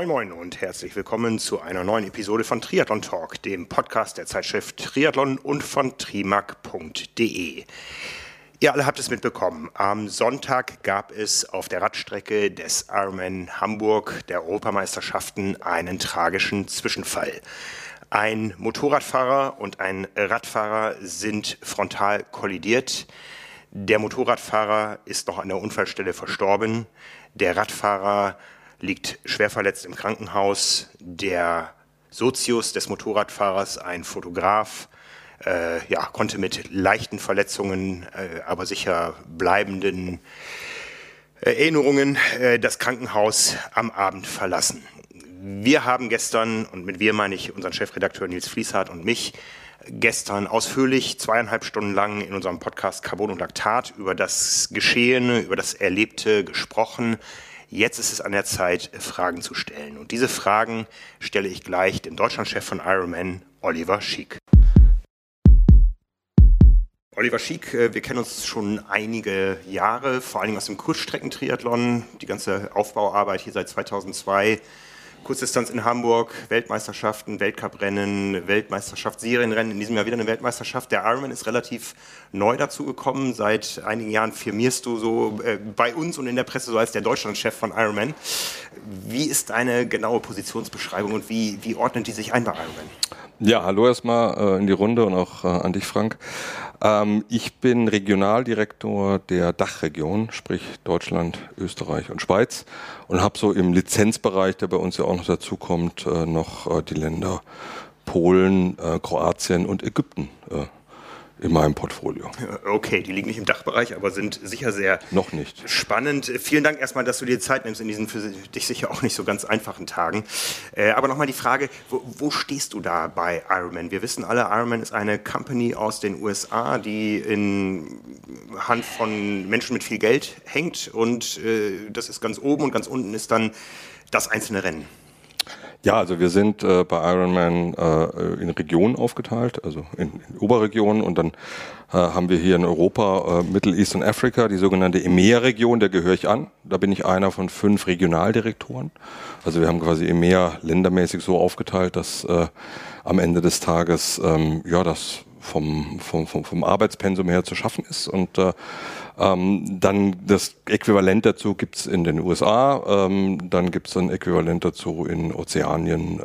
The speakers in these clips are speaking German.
Moin Moin und herzlich willkommen zu einer neuen Episode von Triathlon Talk, dem Podcast der Zeitschrift Triathlon und von trimark.de. Ihr alle habt es mitbekommen, am Sonntag gab es auf der Radstrecke des Ironman Hamburg der Europameisterschaften einen tragischen Zwischenfall. Ein Motorradfahrer und ein Radfahrer sind frontal kollidiert. Der Motorradfahrer ist noch an der Unfallstelle verstorben. Der Radfahrer liegt schwer verletzt im Krankenhaus. Der Sozius des Motorradfahrers, ein Fotograf, konnte mit leichten Verletzungen, aber sicher bleibenden Erinnerungen das Krankenhaus am Abend verlassen. Wir haben gestern, und mit wir meine ich unseren Chefredakteur Nils Fließhardt und mich, gestern ausführlich 2,5 Stunden lang in unserem Podcast Carbon und Laktat über das Geschehene, über das Erlebte gesprochen. Jetzt ist es an der Zeit, Fragen zu stellen. Und diese Fragen stelle ich gleich dem Deutschlandchef von Ironman, Oliver Schiek. Oliver Schiek, wir kennen uns schon einige Jahre, vor allem aus dem Kurzstreckentriathlon, die ganze Aufbauarbeit hier seit 2002. Kurzdistanz in Hamburg, Weltmeisterschaften, Weltcuprennen, Weltmeisterschaft, Serienrennen, in diesem Jahr wieder eine Weltmeisterschaft. Der Ironman ist relativ neu dazu gekommen. Seit einigen Jahren firmierst du so bei uns und in der Presse so als der Deutschlandchef von Ironman. Wie ist deine genaue Positionsbeschreibung und wie ordnet die sich ein bei Ironman? Ja, hallo erstmal in die Runde und auch an dich, Frank. Ich bin Regionaldirektor der Dachregion, sprich Deutschland, Österreich und Schweiz, und habe so im Lizenzbereich, der bei uns ja auch noch dazukommt, noch die Länder Polen, Kroatien und Ägypten in meinem Portfolio. Okay, die liegen nicht im Dachbereich, aber sind sicher sehr noch nicht spannend. Vielen Dank erstmal, dass du dir Zeit nimmst in diesen für dich sicher auch nicht so ganz einfachen Tagen. Aber nochmal die Frage, wo stehst du da bei Ironman? Wir wissen alle, Ironman ist eine Company aus den USA, die in Hand von Menschen mit viel Geld hängt, und das ist ganz oben und ganz unten ist dann das einzelne Rennen. Ja, also wir sind bei Ironman in Regionen aufgeteilt, also in Oberregionen, und dann haben wir hier in Europa Middle East und Africa, die sogenannte EMEA-Region, der gehöre ich an. Da bin ich einer von 5 Regionaldirektoren. Also wir haben quasi EMEA ländermäßig so aufgeteilt, dass am Ende des Tages das vom Arbeitspensum her zu schaffen ist, und dann das Äquivalent dazu gibt es in den USA, dann gibt es ein Äquivalent dazu in Ozeanien,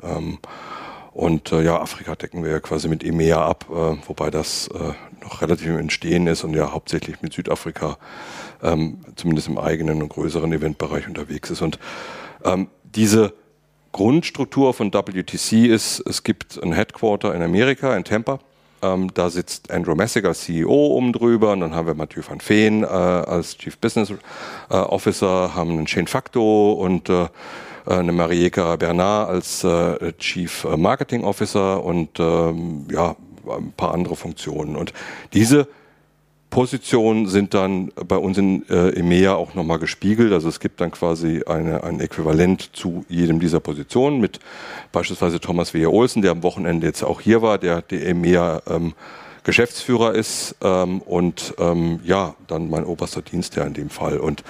und Afrika decken wir ja quasi mit EMEA ab, wobei das noch relativ im Entstehen ist und ja hauptsächlich mit Südafrika zumindest im eigenen und größeren Eventbereich unterwegs ist. Und diese Grundstruktur von WTC ist, es gibt ein Headquarter in Amerika, in Tampa. Da sitzt Andrew Messick als CEO oben drüber, und dann haben wir Mathieu van Veen als Chief Business Officer, haben einen Shane Facto und eine Marieka Bernard als Chief Marketing Officer und ein paar andere Funktionen. Und diese Positionen sind dann bei uns in EMEA auch nochmal gespiegelt. Also es gibt dann quasi ein Äquivalent zu jedem dieser Positionen mit beispielsweise Thomas W. Olsen, der am Wochenende jetzt auch hier war, der EMEA Geschäftsführer ist, und dann mein oberster Dienstherr in dem Fall. Und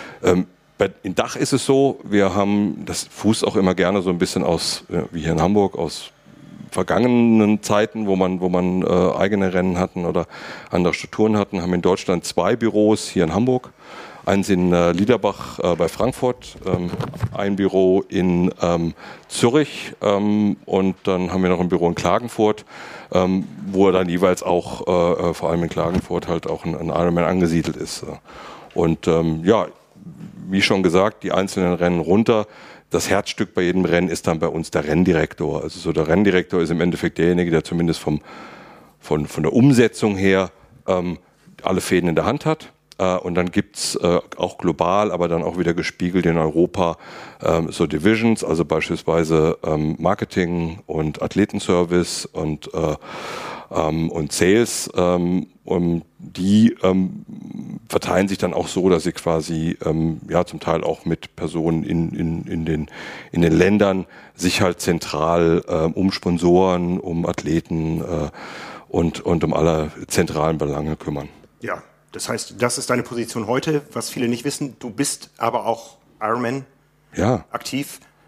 in Dach ist es so, wir haben, das fußt auch immer gerne so ein bisschen aus, wie hier in Hamburg, aus vergangenen Zeiten, wo man eigene Rennen hatten oder andere Strukturen hatten, haben in Deutschland 2 Büros hier in Hamburg. Eins in Liederbach bei Frankfurt, ein Büro in Zürich, und dann haben wir noch ein Büro in Klagenfurt, wo dann jeweils auch, vor allem in Klagenfurt, halt auch ein Ironman angesiedelt ist. Und wie schon gesagt, die einzelnen Rennen runter. Das Herzstück bei jedem Rennen ist dann bei uns der Renndirektor. Also so der Renndirektor ist im Endeffekt derjenige, der zumindest von der Umsetzung her alle Fäden in der Hand hat. Und dann gibt's auch global, aber dann auch wieder gespiegelt in Europa so Divisions, also beispielsweise Marketing und Athletenservice und Sales. Und die verteilen sich dann auch so, dass sie quasi zum Teil auch mit Personen in den Ländern sich halt zentral um Sponsoren, um Athleten und um alle zentralen Belange kümmern. Ja, das heißt, das ist deine Position heute, was viele nicht wissen. Du bist aber auch Ironman aktiv.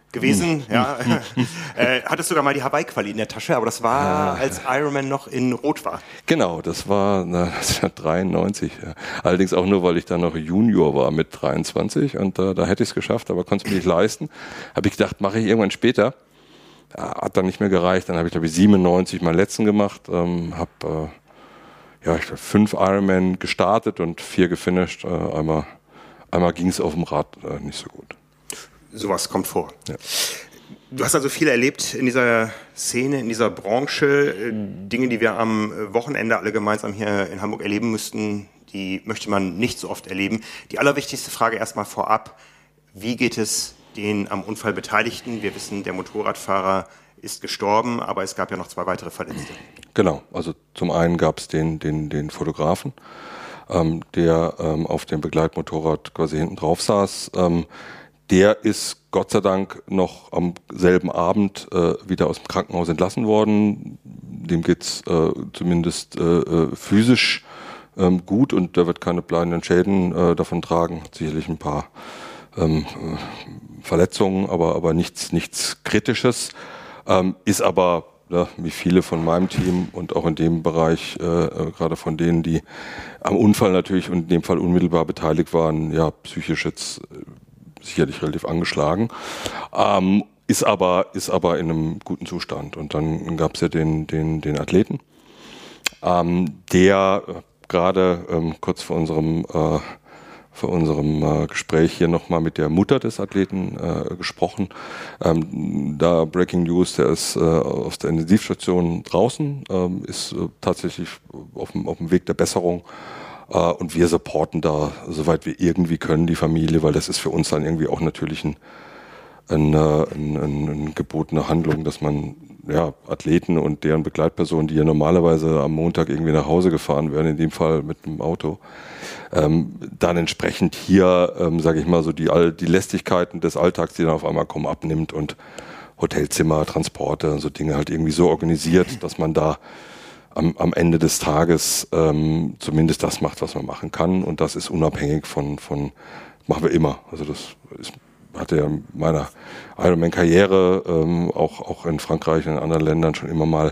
gewesen. Ja. Hattest sogar mal die Hawaii-Quali in der Tasche, aber das war, als Ironman noch in Rot war. Genau, das war 93. Ja. Allerdings auch nur, weil ich dann noch Junior war mit 23 und da hätte ich es geschafft, aber konnte es mir nicht leisten. Habe ich gedacht, mache ich irgendwann später. Hat dann nicht mehr gereicht. Dann habe ich, glaube ich, 97 meinen letzten gemacht. Habe ich glaube 5 Ironman gestartet und 4 gefinisht. Einmal ging es auf dem Rad nicht so gut. Sowas kommt vor. Ja. Du hast also viel erlebt in dieser Szene, in dieser Branche. Dinge, die wir am Wochenende alle gemeinsam hier in Hamburg erleben müssten, die möchte man nicht so oft erleben. Die allerwichtigste Frage erstmal vorab. Wie geht es den am Unfall Beteiligten? Wir wissen, der Motorradfahrer ist gestorben, aber es gab ja noch 2 weitere Verletzte. Genau, also zum einen gab es den Fotografen, der auf dem Begleitmotorrad quasi hinten drauf saß. Der ist Gott sei Dank noch am selben Abend wieder aus dem Krankenhaus entlassen worden. Dem geht's zumindest physisch gut und der wird keine bleibenden Schäden davon tragen. Hat sicherlich ein paar Verletzungen, aber nichts Kritisches. Ist aber, wie viele von meinem Team und auch in dem Bereich, gerade von denen, die am Unfall natürlich und in dem Fall unmittelbar beteiligt waren, ja, psychisch jetzt sicherlich relativ angeschlagen, ist aber in einem guten Zustand. Und dann gab es ja den Athleten, der gerade kurz vor unserem Gespräch hier nochmal mit der Mutter des Athleten gesprochen. Da Breaking News, der ist aus der Intensivstation draußen, ist tatsächlich auf dem Weg der Besserung. Und wir supporten da, soweit wir irgendwie können, die Familie, weil das ist für uns dann irgendwie auch natürlich eine gebotene Handlung, dass man Athleten und deren Begleitpersonen, die ja normalerweise am Montag irgendwie nach Hause gefahren werden, in dem Fall mit einem Auto, dann entsprechend hier, sage ich mal, so die Lästigkeiten des Alltags, die dann auf einmal kommen, abnimmt und Hotelzimmer, Transporte und so Dinge halt irgendwie so organisiert, dass man da am Ende des Tages zumindest das macht, was man machen kann. Und das ist unabhängig von machen wir immer. Also das hatte ja in meiner Ironman-Karriere auch in Frankreich und in anderen Ländern schon immer mal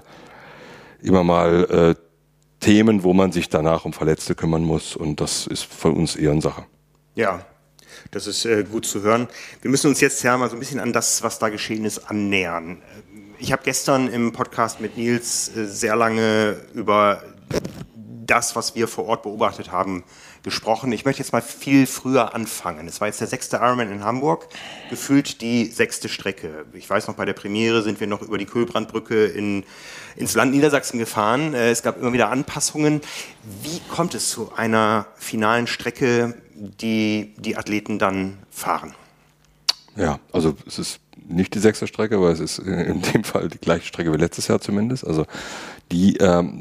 Themen, wo man sich danach um Verletzte kümmern muss. Und das ist von uns eher eine Sache. Ja, das ist gut zu hören. Wir müssen uns jetzt ja mal so ein bisschen an das, was da geschehen ist, annähern. Ich habe gestern im Podcast mit Nils sehr lange über das, was wir vor Ort beobachtet haben, gesprochen. Ich möchte jetzt mal viel früher anfangen. Es war jetzt der 6. Ironman in Hamburg, gefühlt die 6. Strecke. Ich weiß noch, bei der Premiere sind wir noch über die Kühlbrandbrücke ins Land Niedersachsen gefahren. Es gab immer wieder Anpassungen. Wie kommt es zu einer finalen Strecke, die Athleten dann fahren? Ja, also es ist nicht die 6. Strecke, weil es ist in dem Fall die gleiche Strecke wie letztes Jahr zumindest. Also die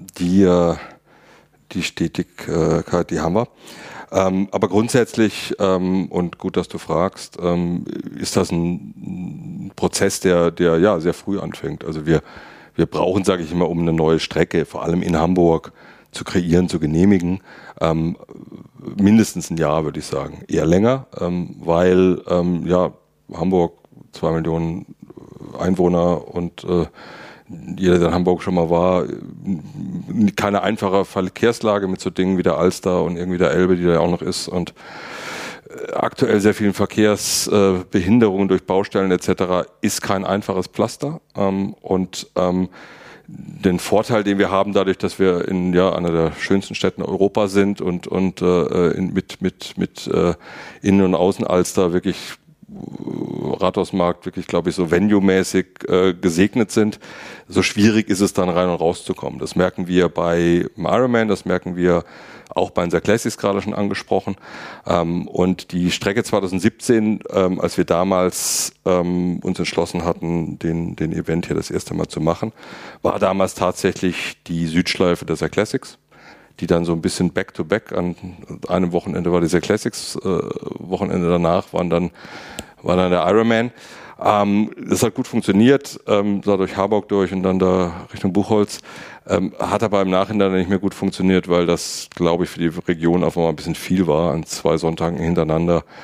Stetigkeit, die haben wir. Aber grundsätzlich, und gut, dass du fragst, ist das ein Prozess, der ja sehr früh anfängt. Also wir brauchen, sage ich immer, um eine neue Strecke, vor allem in Hamburg, zu kreieren, zu genehmigen, mindestens ein Jahr, würde ich sagen. Eher länger, weil Hamburg 2 Millionen Einwohner und jeder, der in Hamburg schon mal war, keine einfache Verkehrslage mit so Dingen wie der Alster und irgendwie der Elbe, die da auch noch ist und aktuell sehr vielen Verkehrsbehinderungen durch Baustellen etc. ist kein einfaches Pflaster und den Vorteil, den wir haben, dadurch, dass wir in einer der schönsten Städten Europas sind und mit Innen- und Außenalster wirklich Rathausmarkt wirklich, glaube ich, so venue-mäßig gesegnet sind, so schwierig ist es dann rein und rauszukommen. Das merken wir bei Ironman, das merken wir auch bei den Classics gerade schon angesprochen. Und die Strecke 2017, als wir damals uns entschlossen hatten, den Event hier das erste Mal zu machen, war damals tatsächlich die Südschleife der Classics, die dann so ein bisschen back-to-back an einem Wochenende war dieser Classics, Wochenende danach war dann der Ironman. Das hat gut funktioniert, da durch Harburg durch und dann da Richtung Buchholz. Hat aber im Nachhinein nicht mehr gut funktioniert, weil das, glaube ich, für die Region einfach mal ein bisschen viel war, an 2 Sonntagen hintereinander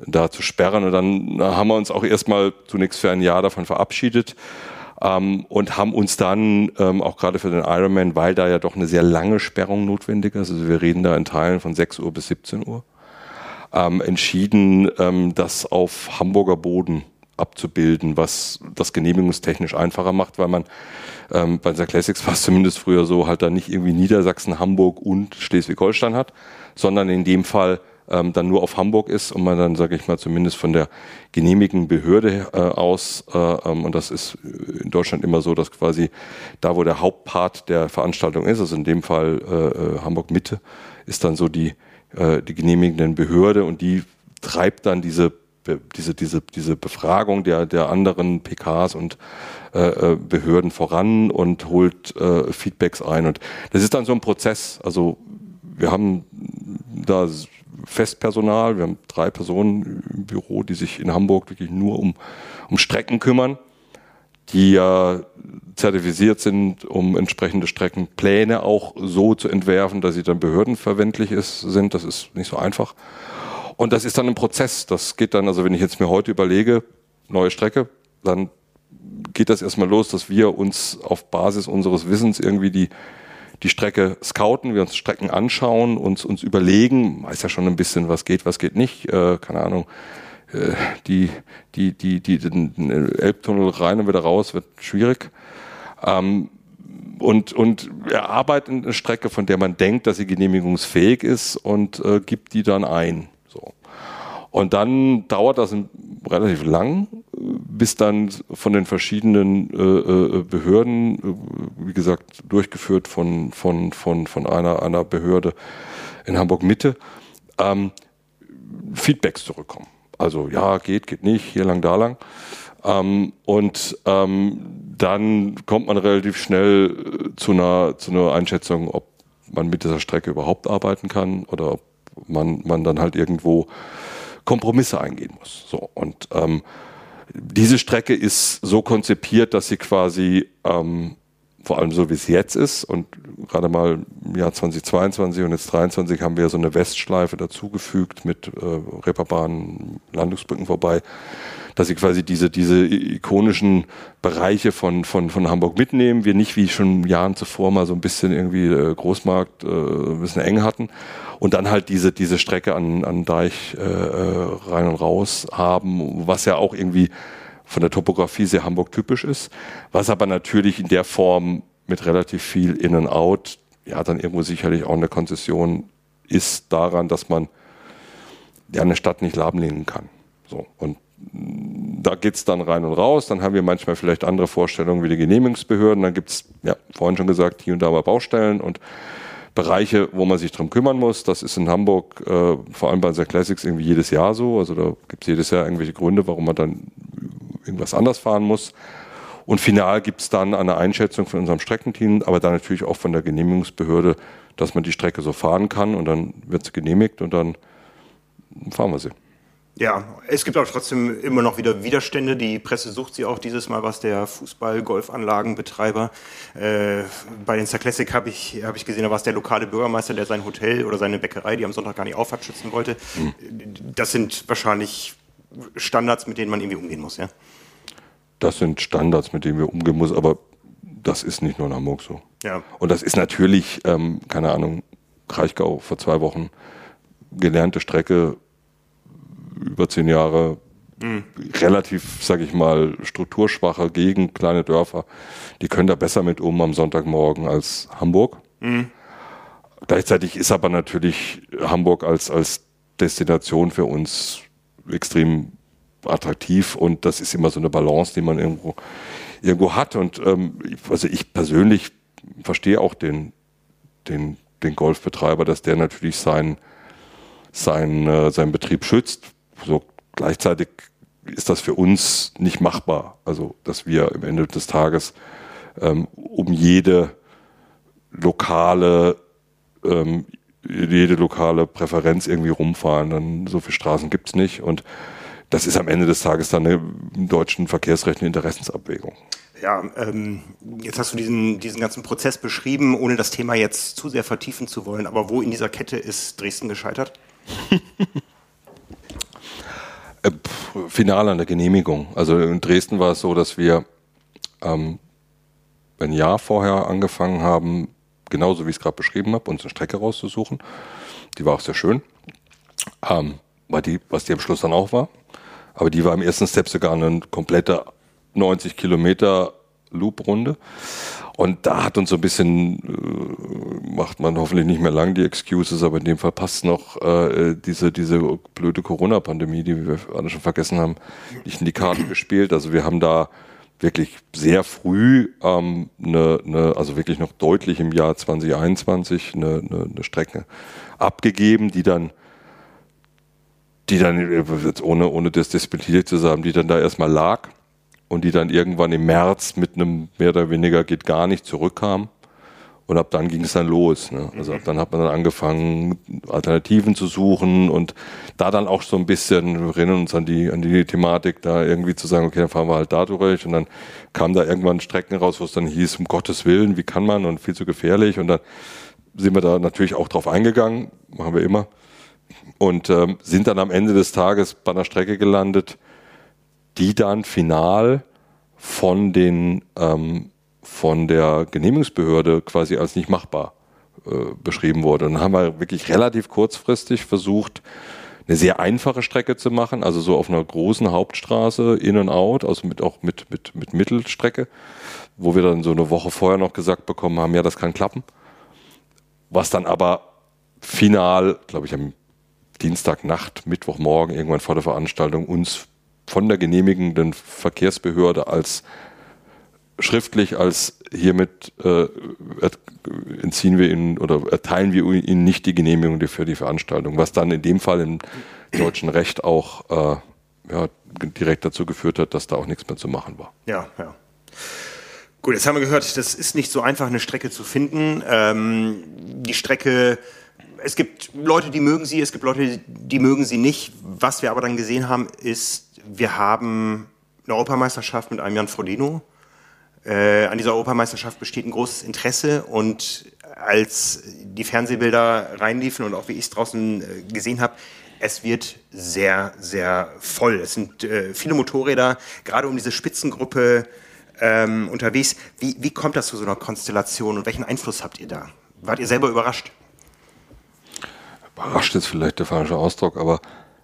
da zu sperren. Und dann haben wir uns auch erstmal zunächst für ein Jahr davon verabschiedet und haben uns dann auch gerade für den Ironman, weil da ja doch eine sehr lange Sperrung notwendig ist, also wir reden da in Teilen von 6 Uhr bis 17 Uhr, entschieden, das auf Hamburger Boden abzubilden, was das genehmigungstechnisch einfacher macht, weil man bei der Classics war es zumindest früher so, halt da nicht irgendwie Niedersachsen, Hamburg und Schleswig-Holstein hat, sondern in dem Fall dann nur auf Hamburg ist und man dann, sage ich mal, zumindest von der genehmigenden Behörde aus, und das ist in Deutschland immer so, dass quasi da, wo der Hauptpart der Veranstaltung ist, also in dem Fall Hamburg-Mitte, ist dann so die genehmigenden Behörde und die treibt dann diese Befragung der anderen PKs und Behörden voran und holt Feedbacks ein. Und das ist dann so ein Prozess. Also wir haben da Festpersonal, wir haben 3 Personen im Büro, die sich in Hamburg wirklich nur um Strecken kümmern, die ja zertifiziert sind, um entsprechende Streckenpläne auch so zu entwerfen, dass sie dann behördenverwendlich sind. Das ist nicht so einfach. Und das ist dann ein Prozess. Das geht dann, also wenn ich jetzt mir heute überlege, neue Strecke, dann geht das erstmal los, dass wir uns auf Basis unseres Wissens irgendwie die Strecke scouten, wir uns Strecken anschauen, uns überlegen, weiß ja schon ein bisschen, was geht nicht, keine Ahnung, den Elbtunnel rein und wieder raus wird schwierig. Und erarbeitet eine Strecke, von der man denkt, dass sie genehmigungsfähig ist und gibt die dann ein. So. Und dann dauert das relativ lang, bis dann von den verschiedenen Behörden, wie gesagt, durchgeführt von einer Behörde in Hamburg-Mitte, Feedbacks zurückkommen. Also ja, geht nicht, hier lang, da lang. Dann kommt man relativ schnell zu einer Einschätzung, ob man mit dieser Strecke überhaupt arbeiten kann oder ob man dann halt irgendwo Kompromisse eingehen muss. So, und diese Strecke ist so konzipiert, dass sie quasi, vor allem so wie es jetzt ist und gerade mal im Jahr 2022 und jetzt 2023 haben wir so eine Westschleife dazugefügt mit Reeperbahn, Landungsbrücken vorbei, dass sie quasi diese ikonischen Bereiche von Hamburg mitnehmen. Wir nicht wie schon Jahren zuvor mal so ein bisschen irgendwie Großmarkt ein bisschen eng hatten und dann halt diese Strecke an Deich rein und raus haben, was ja auch irgendwie von der Topografie sehr Hamburg-typisch ist, was aber natürlich in der Form mit relativ viel In and Out, ja, dann irgendwo sicherlich auch eine Konzession ist daran, dass man ja eine Stadt nicht lahmlegen kann. So, und da geht's dann rein und raus, dann haben wir manchmal vielleicht andere Vorstellungen wie die Genehmigungsbehörden, dann gibt's, ja, vorhin schon gesagt, hier und da mal Baustellen und Bereiche, wo man sich drum kümmern muss. Das ist in Hamburg, vor allem bei The Classics, irgendwie jedes Jahr so. Also da gibt's jedes Jahr irgendwelche Gründe, warum man dann irgendwas anders fahren muss. Und final gibt's dann eine Einschätzung von unserem Streckenteam, aber dann natürlich auch von der Genehmigungsbehörde, dass man die Strecke so fahren kann und dann wird sie genehmigt und dann fahren wir sie. Ja, es gibt aber trotzdem immer noch wieder Widerstände. Die Presse sucht sie auch dieses Mal, was der Fußball-Golfanlagenbetreiber. Bei den Star Classic habe ich gesehen, da war es der lokale Bürgermeister, der sein Hotel oder seine Bäckerei, die am Sonntag gar nicht auf hat, schützen wollte. Das sind wahrscheinlich Standards, mit denen man irgendwie umgehen muss, ja? Das sind Standards, mit denen wir umgehen müssen, aber das ist nicht nur in Hamburg so. Ja. Und das ist natürlich, keine Ahnung, Kraichgau vor 2 Wochen, gelernte Strecke, über 10 Jahre, relativ, sage ich mal, strukturschwache Gegend, kleine Dörfer, die können da besser mit am Sonntagmorgen als Hamburg. Gleichzeitig ist aber natürlich Hamburg als Destination für uns extrem attraktiv und das ist immer so eine Balance, die man irgendwo hat und also ich persönlich verstehe auch den Golfbetreiber, dass der natürlich seinen Betrieb schützt. So, gleichzeitig ist das für uns nicht machbar. Also, dass wir am Ende des Tages um jede lokale Präferenz irgendwie rumfahren. Dann so viele Straßen gibt's nicht. Und das ist am Ende des Tages dann eine im deutschen Verkehrsrecht eine Interessensabwägung. Ja, jetzt hast du diesen ganzen Prozess beschrieben, ohne das Thema jetzt zu sehr vertiefen zu wollen. Aber wo in dieser Kette ist Dresden gescheitert? final an der Genehmigung. Also in Dresden war es so, dass wir ein Jahr vorher angefangen haben, genauso wie ich es gerade beschrieben habe, uns eine Strecke rauszusuchen. Die war auch sehr schön, was die am Schluss dann auch war. Aber die war im ersten Step sogar eine komplette 90 Kilometer Loop-Runde. Und da hat uns so ein bisschen, macht man hoffentlich nicht mehr lang die Excuses, aber in dem Fall passt noch diese blöde Corona-Pandemie, die wir alle schon vergessen haben, nicht in die Karten gespielt. Also wir haben da wirklich sehr früh, also wirklich noch deutlich im Jahr 2021 eine Strecke abgegeben, die dann jetzt ohne das despektierlich zu sagen, die dann da erstmal lag und die dann irgendwann im März mit einem mehr oder weniger geht gar nicht zurückkam. Und ab dann ging es dann los. Ne? Also ab dann hat man dann angefangen, Alternativen zu suchen und da dann auch so ein bisschen, wir erinnern uns an die Thematik, da irgendwie zu sagen, okay, dann fahren wir halt da durch. Und dann kam da irgendwann Strecken raus, wo es dann hieß, um Gottes Willen, wie kann man und viel zu gefährlich. Und dann sind wir da natürlich auch drauf eingegangen, machen wir immer. Und sind dann am Ende des Tages bei einer Strecke gelandet, die dann final von der Genehmigungsbehörde quasi als nicht machbar beschrieben wurde. Und dann haben wir wirklich relativ kurzfristig versucht, eine sehr einfache Strecke zu machen, also so auf einer großen Hauptstraße, in und out, also auch mit Mittelstrecke, wo wir dann so eine Woche vorher noch gesagt bekommen haben, ja, das kann klappen. Was dann aber final, glaube ich, am Dienstagnacht, Mittwochmorgen, irgendwann vor der Veranstaltung uns von der genehmigenden Verkehrsbehörde schriftlich als hiermit entziehen wir Ihnen oder erteilen wir Ihnen nicht die Genehmigung für die Veranstaltung, was dann in dem Fall im deutschen Recht auch direkt dazu geführt hat, dass da auch nichts mehr zu machen war. Ja. Gut, jetzt haben wir gehört, das ist nicht so einfach, eine Strecke zu finden. Die Strecke, es gibt Leute, die mögen sie, es gibt Leute, die mögen sie nicht. Was wir aber dann gesehen haben, ist, wir haben eine Europameisterschaft mit einem Jan Frodeno. An dieser Europameisterschaft besteht ein großes Interesse und als die Fernsehbilder reinliefen und auch wie ich es draußen gesehen habe, es wird sehr, sehr voll. Es sind viele Motorräder, gerade um diese Spitzengruppe unterwegs. Wie kommt das zu so einer Konstellation und welchen Einfluss habt ihr da? Wart ihr selber überrascht? Überrascht ist vielleicht der falsche Ausdruck, aber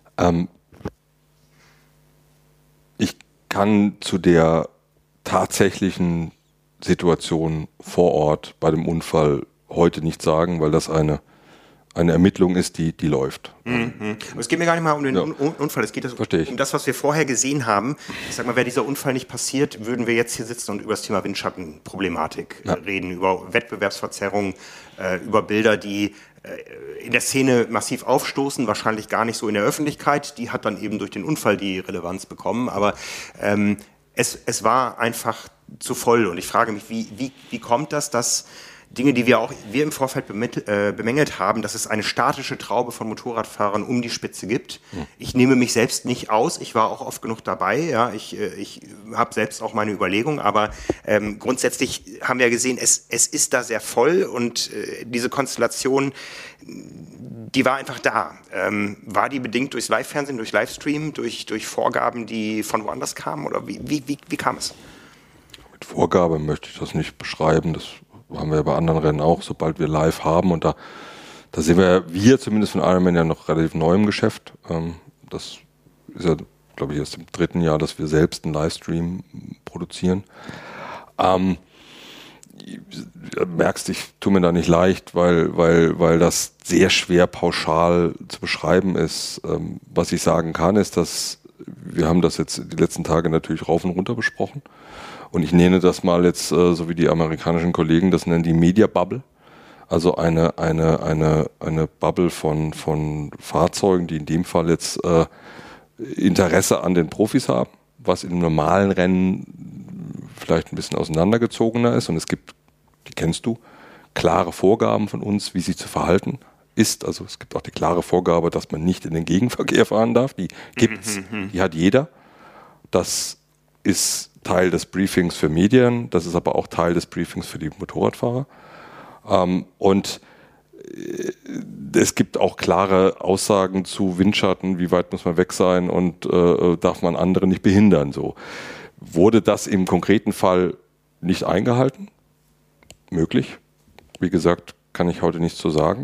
ich kann zu der tatsächlichen Situation vor Ort bei dem Unfall heute nicht sagen, weil das eine Ermittlung ist, die läuft. Mhm. Es geht mir gar nicht mal um den Unfall, es geht um das, was wir vorher gesehen haben. Ich sag mal, wäre dieser Unfall nicht passiert, würden wir jetzt hier sitzen und über das Thema Windschattenproblematik reden, über Wettbewerbsverzerrung, über Bilder, die in der Szene massiv aufstoßen, wahrscheinlich gar nicht so in der Öffentlichkeit. Die hat dann eben durch den Unfall die Relevanz bekommen, aber es war einfach zu voll und ich frage mich, wie kommt das, dass Dinge, die wir im Vorfeld bemängelt haben, dass es eine statische Traube von Motorradfahrern um die Spitze gibt. Ich nehme mich selbst nicht aus, ich war auch oft genug dabei, ja, ich habe selbst auch meine Überlegungen, aber grundsätzlich haben wir gesehen, es ist da sehr voll und diese Konstellation, die war einfach da. War die bedingt durchs Live-Fernsehen, durch Livestream, durch Vorgaben, die von woanders kamen oder wie kam es? Mit Vorgabe möchte ich das nicht beschreiben, das haben wir bei anderen Rennen auch, sobald wir live haben und da sind wir zumindest von Ironman ja noch relativ neu im Geschäft. Das ist ja, glaube ich, erst im 3. Jahr, dass wir selbst einen Livestream produzieren. Merkst, ich tue mir da nicht leicht, weil das sehr schwer pauschal zu beschreiben ist. Was ich sagen kann, ist, dass wir haben das jetzt die letzten Tage natürlich rauf und runter besprochen. Und ich nenne das mal jetzt, so wie die amerikanischen Kollegen das nennen, die Media Bubble. Also eine Bubble von Fahrzeugen, die in dem Fall jetzt Interesse an den Profis haben, was in einem normalen Rennen vielleicht ein bisschen auseinandergezogener ist. Und es gibt, die kennst du, klare Vorgaben von uns, wie sich zu verhalten ist. Also es gibt auch die klare Vorgabe, dass man nicht in den Gegenverkehr fahren darf. Die gibt's, die hat jeder. Das ist Teil des Briefings für Medien, das ist aber auch Teil des Briefings für die Motorradfahrer. Und es gibt auch klare Aussagen zu Windschatten, wie weit muss man weg sein und darf man andere nicht behindern. So. Wurde das im konkreten Fall nicht eingehalten? Möglich. Wie gesagt, kann ich heute nichts zu sagen.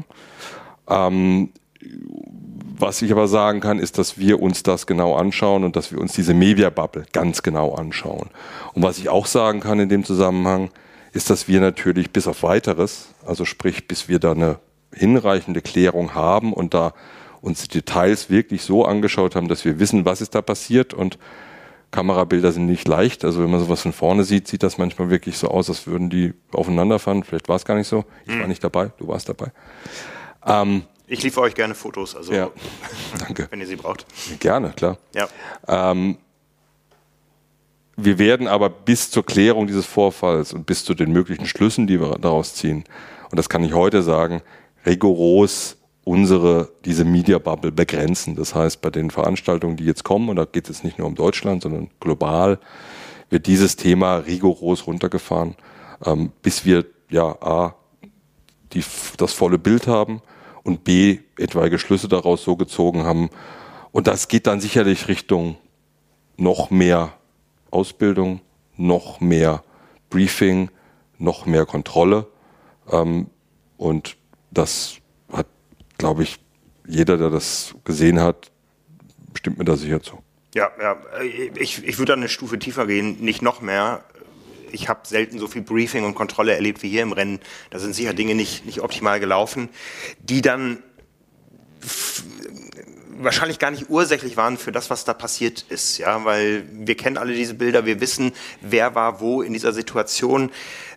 Was ich aber sagen kann, ist, dass wir uns das genau anschauen und dass wir uns diese Media-Bubble ganz genau anschauen. Und was ich auch sagen kann in dem Zusammenhang, ist, dass wir natürlich bis auf Weiteres, also sprich, bis wir da eine hinreichende Klärung haben und da uns die Details wirklich so angeschaut haben, dass wir wissen, was ist da passiert, und Kamerabilder sind nicht leicht. Also wenn man sowas von vorne sieht, sieht das manchmal wirklich so aus, als würden die aufeinander fahren. Vielleicht war es gar nicht so. Ich war nicht dabei, du warst dabei. Ich liefere euch gerne Fotos, also ja. Danke. Wenn ihr sie braucht. Gerne, klar. Ja. Wir werden aber bis zur Klärung dieses Vorfalls und bis zu den möglichen Schlüssen, die wir daraus ziehen, und das kann ich heute sagen, rigoros diese Media-Bubble begrenzen. Das heißt, bei den Veranstaltungen, die jetzt kommen, und da geht es nicht nur um Deutschland, sondern global, wird dieses Thema rigoros runtergefahren, bis wir A, das volle Bild haben und B, etwaige Schlüsse daraus so gezogen haben. Und das geht dann sicherlich Richtung noch mehr Ausbildung, noch mehr Briefing, noch mehr Kontrolle. Und das hat, glaube ich, jeder, der das gesehen hat, stimmt mir da sicher zu. Ja. Ich würde eine Stufe tiefer gehen, nicht noch mehr. Ich habe selten so viel Briefing und Kontrolle erlebt wie hier im Rennen. Da sind sicher Dinge nicht optimal gelaufen, die dann wahrscheinlich gar nicht ursächlich waren für das, was da passiert ist. Ja, weil wir kennen alle diese Bilder, wir wissen, wer war wo in dieser Situation.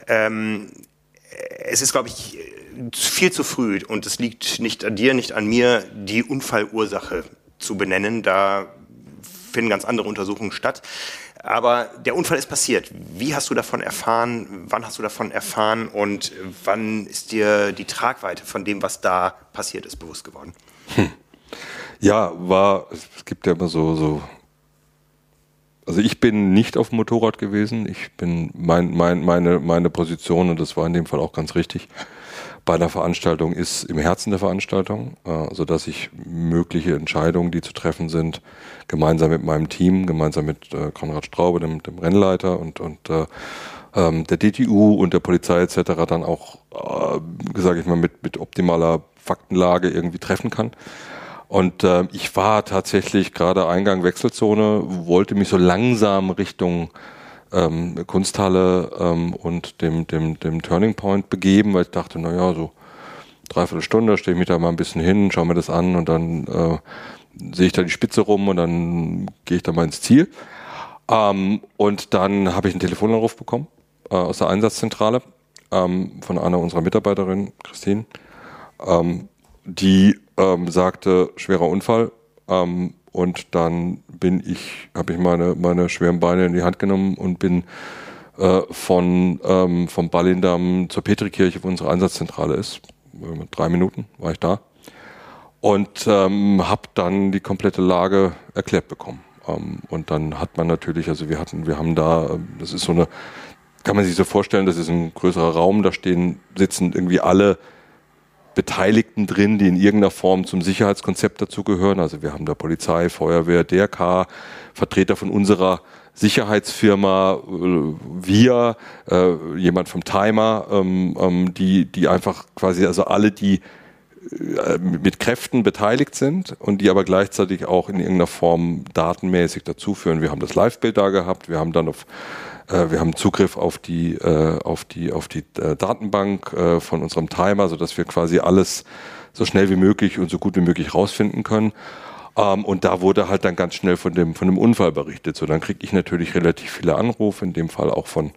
Es ist, glaube ich, viel zu früh, und es liegt nicht an dir, nicht an mir, die Unfallursache zu benennen. Da finden ganz andere Untersuchungen statt. Aber der Unfall ist passiert. Wie hast du davon erfahren? Wann hast du davon erfahren? Und wann ist dir die Tragweite von dem, was da passiert ist, bewusst geworden? Ja, es gibt ja immer so. Also ich bin nicht auf dem Motorrad gewesen. Ich bin meine Position, und das war in dem Fall auch ganz richtig, bei einer Veranstaltung ist im Herzen der Veranstaltung, sodass ich mögliche Entscheidungen, die zu treffen sind, gemeinsam mit meinem Team, gemeinsam mit Konrad Straube, dem Rennleiter und der DTU und der Polizei etc. dann auch, sage ich mal, mit optimaler Faktenlage irgendwie treffen kann. Und ich war tatsächlich gerade Eingang Wechselzone, wollte mich so langsam Richtung Kunsthalle und dem Turning Point begeben, weil ich dachte, naja, so 3/4 Stunde stehe ich mich da mal ein bisschen hin, schaue mir das an und dann sehe ich da die Spitze rum und dann gehe ich da mal ins Ziel. Und dann habe ich einen Telefonanruf bekommen aus der Einsatzzentrale von einer unserer Mitarbeiterinnen, Christine, die sagte, schwerer Unfall. Und dann habe ich meine schweren Beine in die Hand genommen und bin vom Ballindamm zur Petrikirche, wo unsere Einsatzzentrale ist. 3 Minuten war ich da. Und habe dann die komplette Lage erklärt bekommen. Und dann hat man natürlich, also wir haben da, das ist so eine, kann man sich so vorstellen, das ist ein größerer Raum, da sitzen irgendwie alle Beteiligten drin, die in irgendeiner Form zum Sicherheitskonzept dazugehören. Also wir haben da Polizei, Feuerwehr, DRK, Vertreter von unserer Sicherheitsfirma, wir, jemand vom Timer, die einfach quasi, also alle, die mit Kräften beteiligt sind und die aber gleichzeitig auch in irgendeiner Form datenmäßig dazuführen. Wir haben das Live-Bild da gehabt, wir haben dann wir haben Zugriff auf die Datenbank von unserem Timer, sodass wir quasi alles so schnell wie möglich und so gut wie möglich rausfinden können. Und da wurde halt dann ganz schnell von dem Unfall berichtet. So, dann kriege ich natürlich relativ viele Anrufe, in dem Fall auch von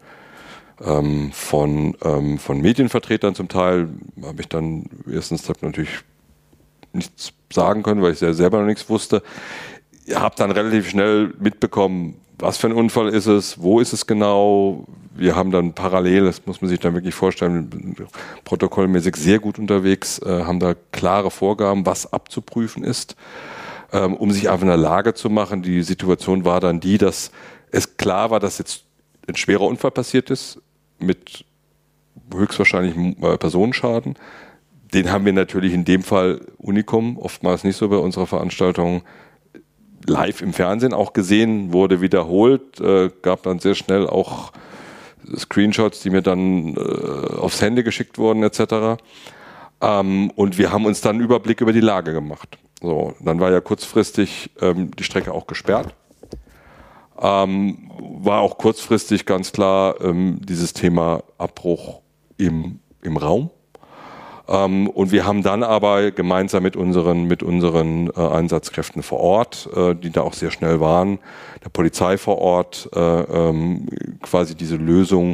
Medienvertretern zum Teil. Habe ich dann erstens natürlich nichts sagen können, weil ich selber noch nichts wusste. Habe dann relativ schnell mitbekommen, was für ein Unfall ist es, wo ist es genau. Wir haben dann parallel, das muss man sich dann wirklich vorstellen, protokollmäßig sehr gut unterwegs, haben da klare Vorgaben, was abzuprüfen ist, um sich einfach in der Lage zu machen. Die Situation war dann die, dass es klar war, dass jetzt ein schwerer Unfall passiert ist, mit höchstwahrscheinlich Personenschaden, Den haben wir natürlich in dem Fall Unikum, oftmals nicht so bei unserer Veranstaltung, live im Fernsehen auch gesehen, wurde wiederholt, gab dann sehr schnell auch Screenshots, die mir dann aufs Handy geschickt wurden etc. Und wir haben uns dann einen Überblick über die Lage gemacht. So, dann war ja kurzfristig die Strecke auch gesperrt. War auch kurzfristig ganz klar dieses Thema Abbruch im Raum. Und wir haben dann aber gemeinsam mit unseren Einsatzkräften vor Ort, die da auch sehr schnell waren, der Polizei vor Ort, quasi diese Lösung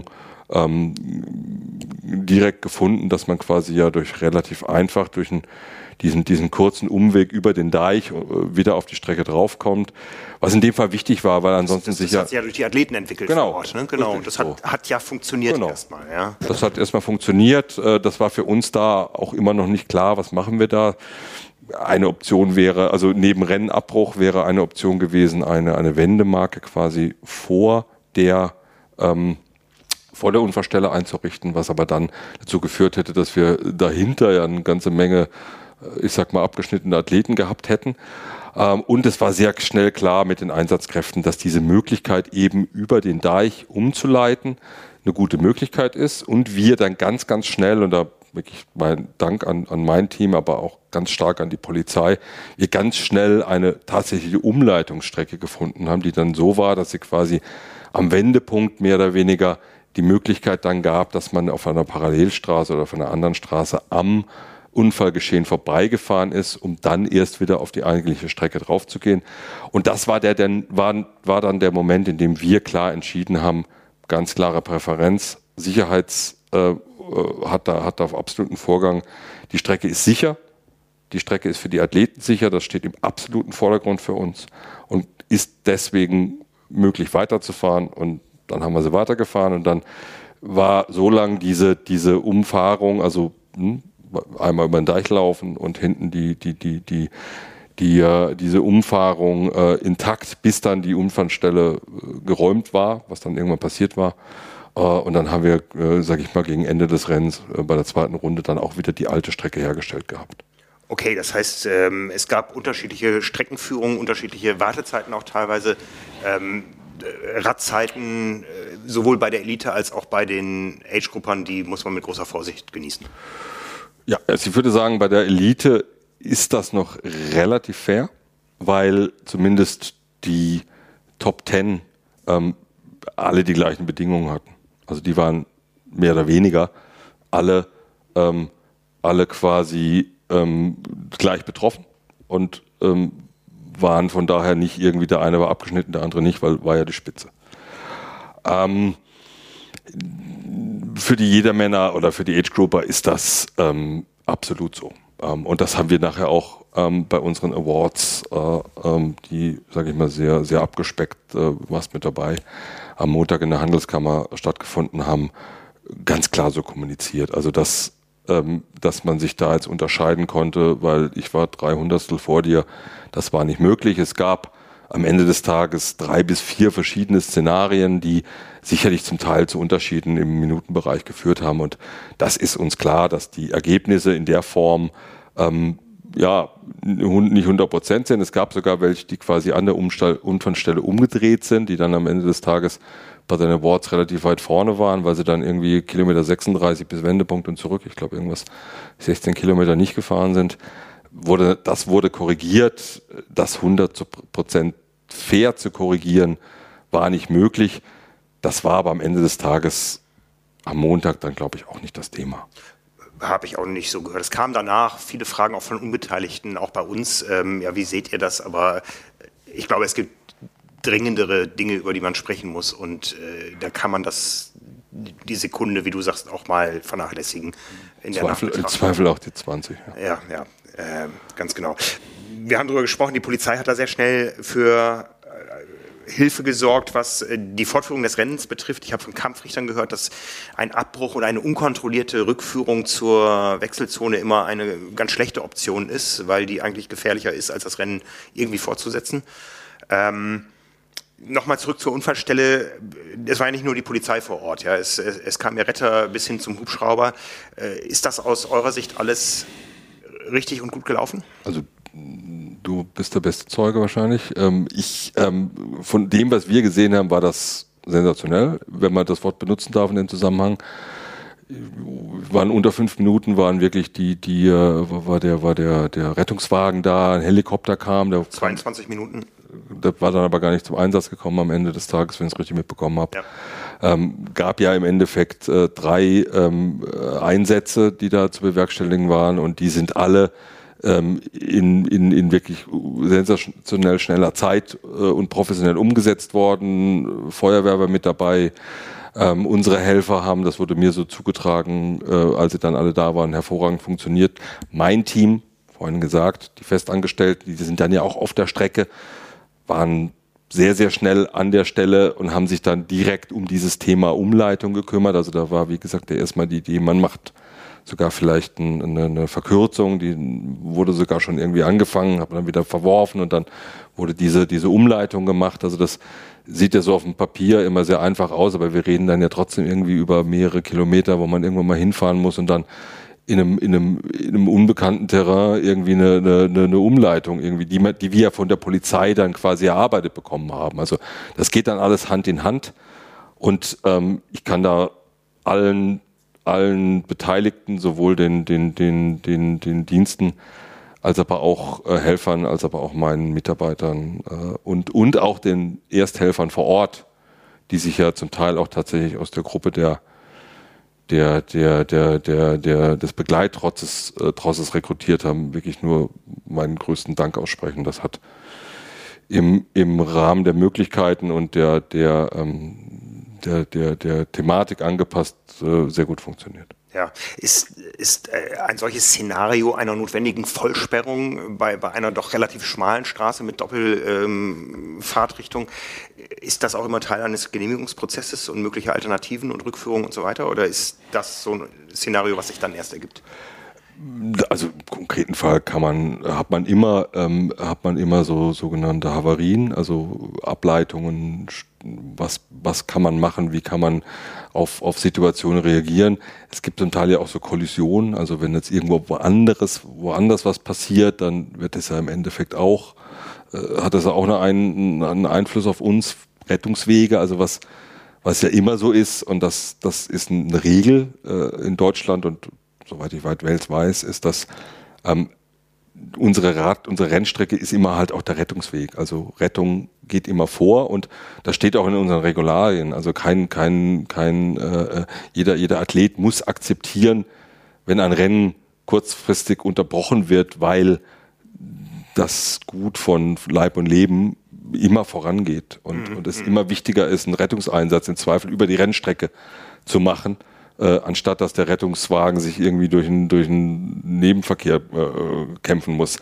direkt gefunden, dass man quasi ja relativ einfach durch diesen kurzen Umweg über den Deich wieder auf die Strecke draufkommt. Was in dem Fall wichtig war, weil ansonsten das hat sich ja durch die Athleten entwickelt vor Ort. Ne? Genau, das hat ja funktioniert erstmal. Ja. Das hat erstmal funktioniert. Das war für uns da auch immer noch nicht klar, was machen wir da. Eine Option wäre, also neben Rennenabbruch wäre eine Option gewesen, eine Wendemarke quasi vor der Unfallstelle einzurichten, was aber dann dazu geführt hätte, dass wir dahinter ja eine ganze Menge, ich sag mal, abgeschnittene Athleten gehabt hätten. Und es war sehr schnell klar mit den Einsatzkräften, dass diese Möglichkeit eben über den Deich umzuleiten eine gute Möglichkeit ist und wir dann ganz, ganz schnell, und da wirklich mein Dank an mein Team, aber auch ganz stark an die Polizei, wir ganz schnell eine tatsächliche Umleitungsstrecke gefunden haben, die dann so war, dass sie quasi am Wendepunkt mehr oder weniger die Möglichkeit dann gab, dass man auf einer Parallelstraße oder auf einer anderen Straße am Unfallgeschehen vorbeigefahren ist, um dann erst wieder auf die eigentliche Strecke draufzugehen. Und das war dann der Moment, in dem wir klar entschieden haben, ganz klare Präferenz, hat da auf absoluten Vorgang. Die Strecke ist sicher, die Strecke ist für die Athleten sicher, das steht im absoluten Vordergrund für uns und ist deswegen möglich weiterzufahren. Und dann haben wir sie weitergefahren und dann war so lang diese Umfahrung, also einmal über den Deich laufen und hinten diese Umfahrung intakt, bis dann die Unfallstelle geräumt war, was dann irgendwann passiert war. Und dann haben wir, sage ich mal, gegen Ende des Rennens bei der zweiten Runde dann auch wieder die alte Strecke hergestellt gehabt. Okay, das heißt, es gab unterschiedliche Streckenführungen, unterschiedliche Wartezeiten auch teilweise, Radzeiten, sowohl bei der Elite als auch bei den Age-Gruppern, die muss man mit großer Vorsicht genießen. Ja, also ich würde sagen, bei der Elite ist das noch relativ fair, weil zumindest die Top 10 alle die gleichen Bedingungen hatten. Also die waren mehr oder weniger alle quasi gleich betroffen und waren von daher nicht irgendwie, der eine war abgeschnitten, der andere nicht, weil war ja die Spitze. Für die Jedermänner oder für die Age-Grouper ist das absolut so. Und das haben wir nachher auch bei unseren Awards, die, sage ich mal, sehr, sehr abgespeckt, was mit dabei, am Montag in der Handelskammer stattgefunden haben, ganz klar so kommuniziert. Also dass man sich da jetzt unterscheiden konnte, weil ich war 300stel vor dir, das war nicht möglich. Es gab am Ende des Tages 3 bis 4 verschiedene Szenarien, die sicherlich zum Teil zu Unterschieden im Minutenbereich geführt haben. Und das ist uns klar, dass die Ergebnisse in der Form nicht 100% sind. Es gab sogar welche, die quasi an der Unfallstelle umgedreht sind, die dann am Ende des Tages bei den Awards relativ weit vorne waren, weil sie dann irgendwie Kilometer 36 bis Wendepunkt und zurück, ich glaube irgendwas 16 Kilometer nicht gefahren sind. Das wurde korrigiert. Das 100% fair zu korrigieren war nicht möglich. Das war aber am Ende des Tages am Montag dann, glaube ich, auch nicht das Thema. Habe ich auch nicht so gehört. Es kam danach viele Fragen auch von Unbeteiligten, auch bei uns. Ja, wie seht ihr das? Aber ich glaube, es gibt dringendere Dinge, über die man sprechen muss. Und da kann man die Sekunde, wie du sagst, auch mal vernachlässigen. Im Zweifel auch die 20. Ja, ganz genau. Wir haben darüber gesprochen, die Polizei hat da sehr schnell für Hilfe gesorgt, was die Fortführung des Rennens betrifft. Ich habe von Kampfrichtern gehört, dass ein Abbruch oder eine unkontrollierte Rückführung zur Wechselzone immer eine ganz schlechte Option ist, weil die eigentlich gefährlicher ist, als das Rennen irgendwie fortzusetzen. Nochmal zurück zur Unfallstelle. Es war ja nicht nur die Polizei vor Ort. Ja. Es kam ja Retter bis hin zum Hubschrauber. Ist das aus eurer Sicht alles richtig und gut gelaufen? Also du bist der beste Zeuge wahrscheinlich. Von dem, was wir gesehen haben, war das sensationell, wenn man das Wort benutzen darf in dem Zusammenhang. Waren unter 5 Minuten, waren wirklich war der Rettungswagen da, ein Helikopter kam. 22 Minuten. Der war dann aber gar nicht zum Einsatz gekommen am Ende des Tages, wenn ich es richtig mitbekommen habe. Ja. Gab ja im Endeffekt 3 Einsätze, die da zu bewerkstelligen waren, und die sind alle in wirklich sensationell schneller Zeit und professionell umgesetzt worden. Feuerwehr war mit dabei. Unsere Helfer haben, das wurde mir so zugetragen, als sie dann alle da waren, hervorragend funktioniert. Mein Team, vorhin gesagt, die Festangestellten, die sind dann ja auch auf der Strecke, waren sehr, sehr schnell an der Stelle und haben sich dann direkt um dieses Thema Umleitung gekümmert. Also da war, wie gesagt, erstmal die Idee, man macht sogar vielleicht eine Verkürzung, die wurde sogar schon irgendwie angefangen, hat man dann wieder verworfen und dann wurde diese Umleitung gemacht. Also das sieht ja so auf dem Papier immer sehr einfach aus, aber wir reden dann ja trotzdem irgendwie über mehrere Kilometer, wo man irgendwann mal hinfahren muss und dann in einem unbekannten Terrain irgendwie eine Umleitung irgendwie, die wir von der Polizei dann quasi erarbeitet bekommen haben. Also das geht dann alles Hand in Hand, und ich kann da allen Beteiligten, sowohl den Diensten als aber auch Helfern, als aber auch meinen Mitarbeitern und auch den Ersthelfern vor Ort, die sich ja zum Teil auch tatsächlich aus der Gruppe des Begleittrotzes rekrutiert haben, wirklich nur meinen größten Dank aussprechen. Das hat im Rahmen der Möglichkeiten und der Thematik angepasst sehr gut funktioniert. Ja, ist ein solches Szenario einer notwendigen Vollsperrung bei einer doch relativ schmalen Straße mit Doppelfahrtrichtung, ist das auch immer Teil eines Genehmigungsprozesses und möglicher Alternativen und Rückführungen und so weiter? Oder ist das so ein Szenario, was sich dann erst ergibt? Also im konkreten Fall hat man immer so sogenannte Havarien, also Ableitungen, was kann man machen, wie kann man auf Situationen reagieren. Es gibt zum Teil ja auch so Kollisionen, also wenn jetzt irgendwo woanders was passiert, dann wird es ja im Endeffekt auch, hat das auch einen Einfluss auf uns, Rettungswege, also was ja immer so ist, und das ist eine Regel in Deutschland, und soweit ich Wales weiß, ist, dass unsere Rennstrecke ist immer halt auch der Rettungsweg. Also Rettung geht immer vor, und das steht auch in unseren Regularien. Also jeder Athlet muss akzeptieren, wenn ein Rennen kurzfristig unterbrochen wird, weil das Gut von Leib und Leben immer vorangeht und es immer wichtiger ist, einen Rettungseinsatz im Zweifel über die Rennstrecke zu machen, anstatt dass der Rettungswagen sich irgendwie durch einen Nebenverkehr kämpfen muss.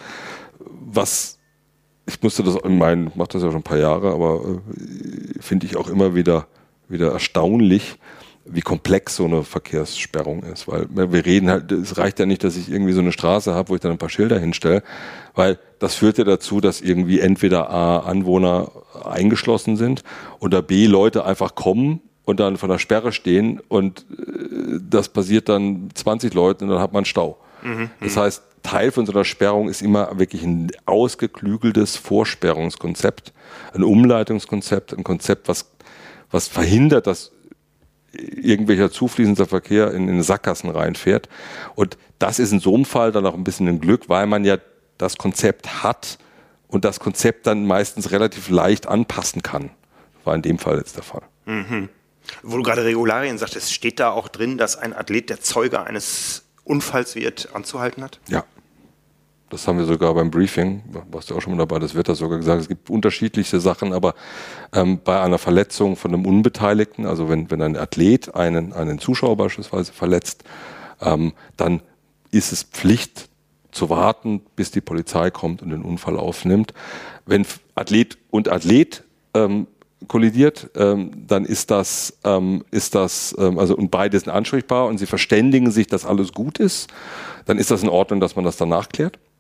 Ich mache das ja schon ein paar Jahre, aber finde ich auch immer wieder erstaunlich, wie komplex so eine Verkehrssperrung ist. Weil wir reden halt, es reicht ja nicht, dass ich irgendwie so eine Straße habe, wo ich dann ein paar Schilder hinstelle, weil das führt ja dazu, dass irgendwie entweder A, Anwohner eingeschlossen sind oder B, Leute einfach kommen und dann von der Sperre stehen, und das passiert dann 20 Leuten und dann hat man Stau. Das heißt, Teil von so einer Sperrung ist immer wirklich ein ausgeklügeltes Vorsperrungskonzept, ein Umleitungskonzept, ein Konzept, was verhindert, dass irgendwelcher zufließender Verkehr in Sackgassen reinfährt. Und das ist in so einem Fall dann auch ein bisschen ein Glück, weil man ja das Konzept hat und das Konzept dann meistens relativ leicht anpassen kann. War in dem Fall jetzt der Fall. Mhm. Wo du gerade Regularien sagtest, steht da auch drin, dass ein Athlet, der Zeuge eines Unfalls wird, anzuhalten hat? Ja. Das haben wir sogar beim Briefing, warst du auch schon mal dabei, das wird da sogar gesagt, es gibt unterschiedliche Sachen, aber bei einer Verletzung von einem Unbeteiligten, also wenn ein Athlet einen Zuschauer beispielsweise verletzt, dann ist es Pflicht zu warten, bis die Polizei kommt und den Unfall aufnimmt. Wenn Athlet und Athlet kollidiert, dann ist das also, und beide sind ansprechbar und sie verständigen sich, dass alles gut ist, dann ist das in Ordnung, dass man das danach klärt.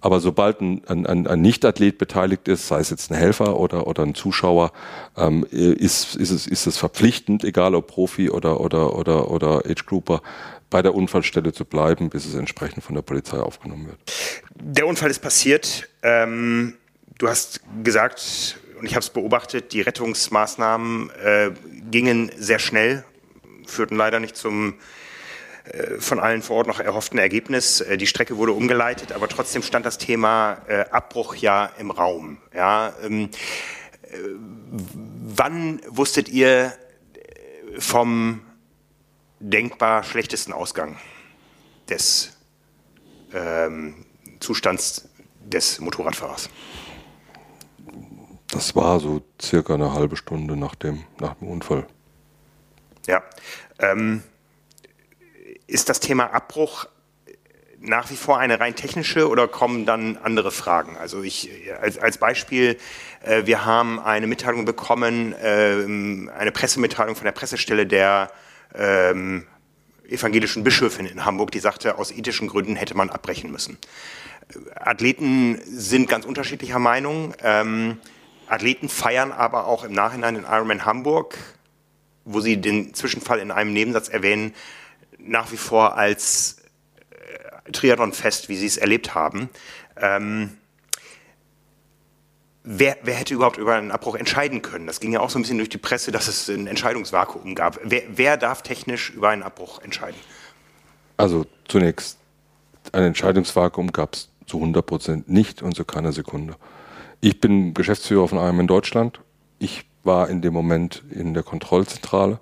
Aber sobald ein Nicht-Athlet beteiligt ist, sei es jetzt ein Helfer oder ein Zuschauer, ist es verpflichtend, egal ob Profi oder Age-Grouper, bei der Unfallstelle zu bleiben, bis es entsprechend von der Polizei aufgenommen wird. Der Unfall ist passiert. Du hast gesagt, und ich habe es beobachtet, die Rettungsmaßnahmen gingen sehr schnell, führten leider nicht zum von allen vor Ort noch erhofften Ergebnis. Die Strecke wurde umgeleitet, aber trotzdem stand das Thema Abbruch ja im Raum. Ja, wann wusstet ihr vom denkbar schlechtesten Ausgang des Zustands des Motorradfahrers? Das war so circa eine halbe Stunde nach dem Unfall. Ja. Ist das Thema Abbruch nach wie vor eine rein technische oder kommen dann andere Fragen? Also als Beispiel, wir haben eine Mitteilung bekommen, eine Pressemitteilung von der Pressestelle der evangelischen Bischöfin in Hamburg, die sagte, aus ethischen Gründen hätte man abbrechen müssen. Athleten sind ganz unterschiedlicher Meinung. Athleten feiern aber auch im Nachhinein den Ironman Hamburg, wo sie den Zwischenfall in einem Nebensatz erwähnen, nach wie vor als Triathlon-Fest, wie sie es erlebt haben. Wer hätte überhaupt über einen Abbruch entscheiden können? Das ging ja auch so ein bisschen durch die Presse, dass es ein Entscheidungsvakuum gab. Wer darf technisch über einen Abbruch entscheiden? Also zunächst, ein Entscheidungsvakuum gab es zu 100% nicht und zu keiner Sekunde. Ich bin Geschäftsführer von Ironman Deutschland. Ich war in dem Moment in der Kontrollzentrale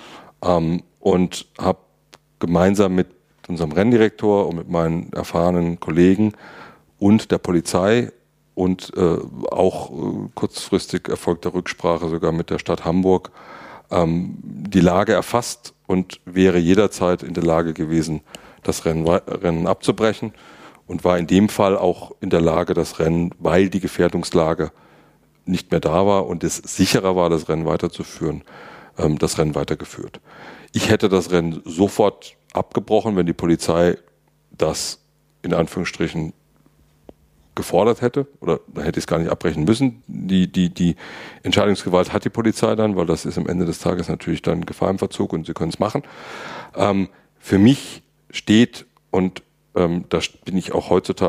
und habe gemeinsam mit unserem Renndirektor und mit meinen erfahrenen Kollegen und der Polizei und auch kurzfristig erfolgter Rücksprache sogar mit der Stadt Hamburg die Lage erfasst und wäre jederzeit in der Lage gewesen, das Rennen abzubrechen und war in dem Fall auch in der Lage, das Rennen, weil die Gefährdungslage nicht mehr da war und es sicherer war, das Rennen weiterzuführen, das Rennen weitergeführt. Ich hätte das Rennen sofort abgebrochen, wenn die Polizei das in Anführungsstrichen gefordert hätte, oder da hätte ich es gar nicht abbrechen müssen. Die Entscheidungsgewalt hat die Polizei dann, weil das ist am Ende des Tages natürlich dann Gefahr im Verzug und sie können es machen. Für mich steht, und da bin ich auch heute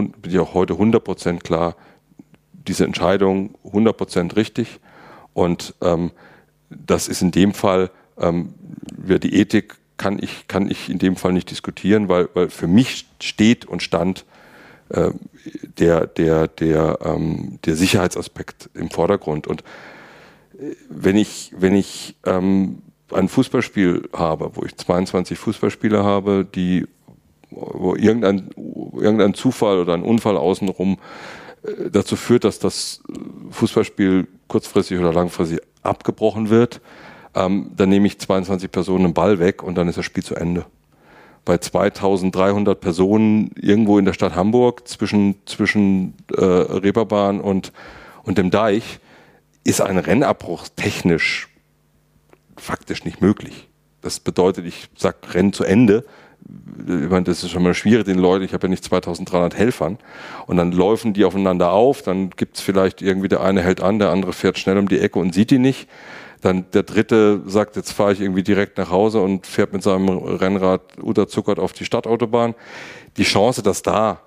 100% klar, diese Entscheidung 100% richtig, und das ist in dem Fall, die Ethik kann ich in dem Fall nicht diskutieren, weil für mich steht und stand der Sicherheitsaspekt im Vordergrund. Und wenn ich ein Fußballspiel habe, wo ich 22 Fußballspieler habe, wo irgendein Zufall oder ein Unfall außenrum dazu führt, dass das Fußballspiel kurzfristig oder langfristig abgebrochen wird, dann nehme ich 22 Personen einen Ball weg und dann ist das Spiel zu Ende. Bei 2300 Personen irgendwo in der Stadt Hamburg zwischen Reeperbahn und dem Deich ist ein Rennabbruch technisch faktisch nicht möglich. Das bedeutet, ich sage Rennen zu Ende. Ich meine, das ist schon mal schwierig, den Leuten, ich habe ja nicht 2300 Helfern, und dann laufen die aufeinander auf, dann gibt es vielleicht irgendwie, der eine hält an, der andere fährt schnell um die Ecke und sieht die nicht. Dann der dritte sagt, jetzt fahre ich irgendwie direkt nach Hause und fährt mit seinem Rennrad unterzuckert auf die Stadtautobahn. Die Chance, dass da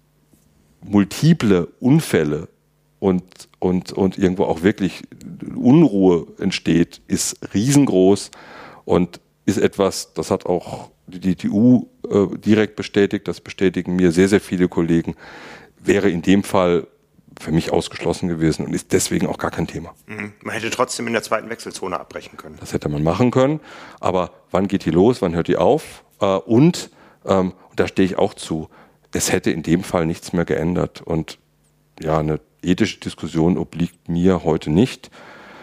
multiple Unfälle und irgendwo auch wirklich Unruhe entsteht, ist riesengroß und ist etwas, das hat auch die DTU direkt bestätigt, das bestätigen mir sehr, sehr viele Kollegen, wäre in dem Fall für mich ausgeschlossen gewesen und ist deswegen auch gar kein Thema. Man hätte trotzdem in der zweiten Wechselzone abbrechen können. Das hätte man machen können, aber wann geht die los, wann hört die auf? Und da stehe ich auch zu, es hätte in dem Fall nichts mehr geändert. Und ja, eine ethische Diskussion obliegt mir heute nicht.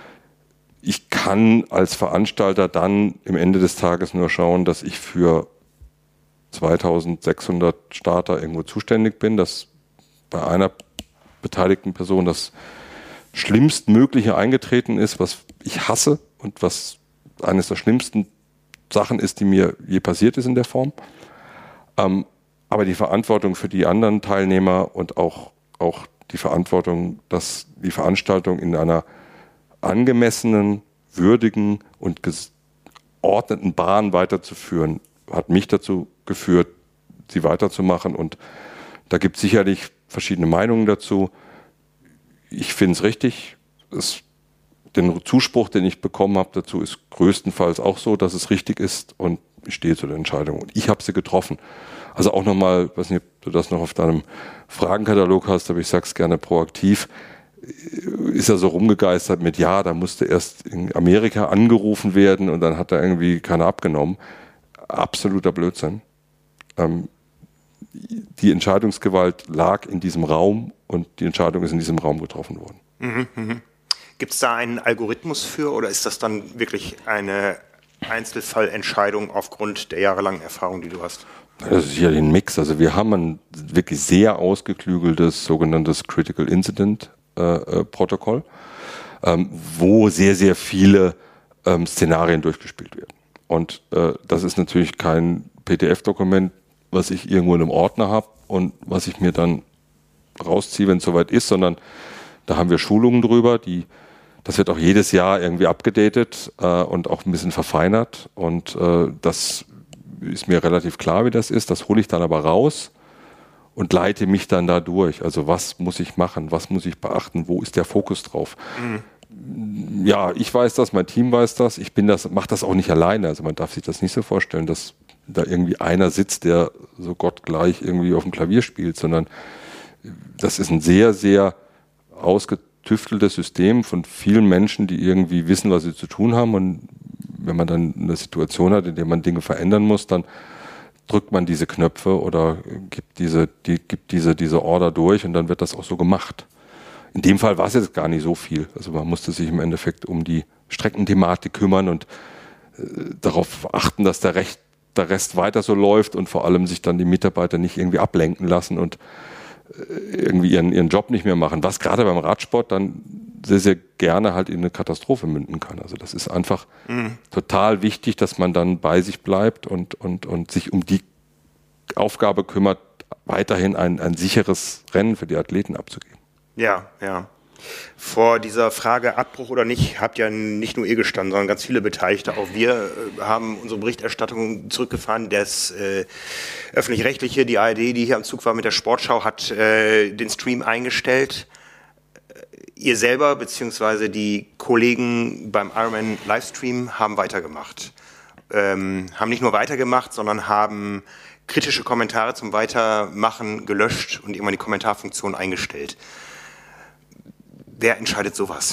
Ich kann als Veranstalter dann im Ende des Tages nur schauen, dass ich für 2600 Starter irgendwo zuständig bin, dass bei einer beteiligten Person das Schlimmstmögliche eingetreten ist, was ich hasse und was eines der schlimmsten Sachen ist, die mir je passiert ist in der Form. aber die Verantwortung für die anderen Teilnehmer und auch die Verantwortung, dass die Veranstaltung in einer angemessenen, würdigen und geordneten Bahn weiterzuführen, hat mich dazu geführt, sie weiterzumachen. Und da gibt es sicherlich verschiedene Meinungen dazu. Ich finde es richtig. Den Zuspruch, den ich bekommen habe dazu, ist größtenteils auch so, dass es richtig ist, und ich stehe zu der Entscheidung. Und ich habe sie getroffen. Also auch nochmal, ich weiß nicht, ob du das noch auf deinem Fragenkatalog hast, aber ich sage es gerne proaktiv, ist er so rumgegeistert mit, ja, da musste erst in Amerika angerufen werden und dann hat da irgendwie keiner abgenommen. Absoluter Blödsinn. Die Entscheidungsgewalt lag in diesem Raum und die Entscheidung ist in diesem Raum getroffen worden. Gibt es da einen Algorithmus für, oder ist das dann wirklich eine Einzelfallentscheidung aufgrund der jahrelangen Erfahrung, die du hast? Das ist ja ein Mix. Also wir haben ein wirklich sehr ausgeklügeltes sogenanntes Critical Incident Protokoll, wo sehr, sehr viele Szenarien durchgespielt werden. Und das ist natürlich kein PDF-Dokument, was ich irgendwo in einem Ordner habe und was ich mir dann rausziehe, wenn es soweit ist, sondern da haben wir Schulungen drüber, das wird auch jedes Jahr irgendwie abgedatet und auch ein bisschen verfeinert, und das ist mir relativ klar, wie das ist. Das hole ich dann aber raus und leite mich dann da durch. Also was muss ich machen, was muss ich beachten, wo ist der Fokus drauf? Ja, ich weiß das, mein Team weiß das, mache das auch nicht alleine. Also man darf sich das nicht so vorstellen, dass da irgendwie einer sitzt, der so gottgleich irgendwie auf dem Klavier spielt, sondern das ist ein sehr, sehr ausgetüfteltes System von vielen Menschen, die irgendwie wissen, was sie zu tun haben, und wenn man dann eine Situation hat, in der man Dinge verändern muss, dann drückt man diese Knöpfe oder gibt diese Order durch, und dann wird das auch so gemacht. In dem Fall war es jetzt gar nicht so viel. Also man musste sich im Endeffekt um die Streckenthematik kümmern und darauf achten, dass der Rest weiter so läuft, und vor allem sich dann die Mitarbeiter nicht irgendwie ablenken lassen und irgendwie ihren Job nicht mehr machen, was gerade beim Radsport dann sehr, sehr gerne halt in eine Katastrophe münden kann. Also das ist einfach total wichtig, dass man dann bei sich bleibt und sich um die Aufgabe kümmert, weiterhin ein sicheres Rennen für die Athleten abzugeben. Ja. Vor dieser Frage Abbruch oder nicht, habt ja nicht nur ihr gestanden, sondern ganz viele Beteiligte. Auch wir haben unsere Berichterstattung zurückgefahren. Das Öffentlich-Rechtliche, die ARD, die hier am Zug war mit der Sportschau, hat den Stream eingestellt. Ihr selber bzw. die Kollegen beim Ironman Livestream haben weitergemacht. Haben nicht nur weitergemacht, sondern haben kritische Kommentare zum Weitermachen gelöscht und irgendwann die Kommentarfunktion eingestellt. Wer entscheidet sowas?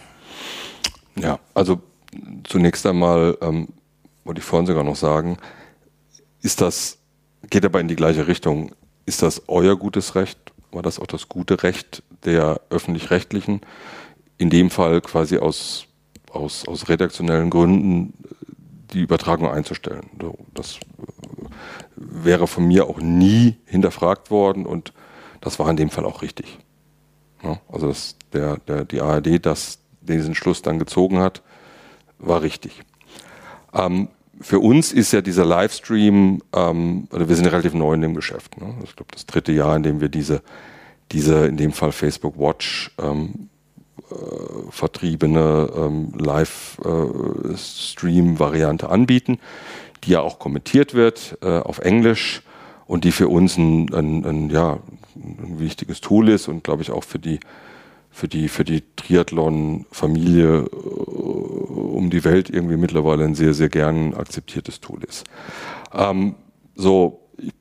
Ja, also zunächst einmal wollte ich vorhin sogar noch sagen, geht aber in die gleiche Richtung. Ist das euer gutes Recht? War das auch das gute Recht der Öffentlich-Rechtlichen? In dem Fall quasi aus redaktionellen Gründen die Übertragung einzustellen. Das wäre von mir auch nie hinterfragt worden, und das war in dem Fall auch richtig. Ja, also die ARD, diesen Schluss dann gezogen hat, war richtig. Für uns ist ja dieser Livestream, wir sind relativ neu in dem Geschäft. Ne? Ich glaube, das 3. Jahr, in dem wir diese in dem Fall Facebook Watch vertriebene Live-Stream-Variante anbieten, die ja auch kommentiert wird auf Englisch und die für uns ein wichtiges Tool ist und glaube ich auch für die Triathlon-Familie um die Welt irgendwie mittlerweile ein sehr, sehr gern akzeptiertes Tool ist. Ich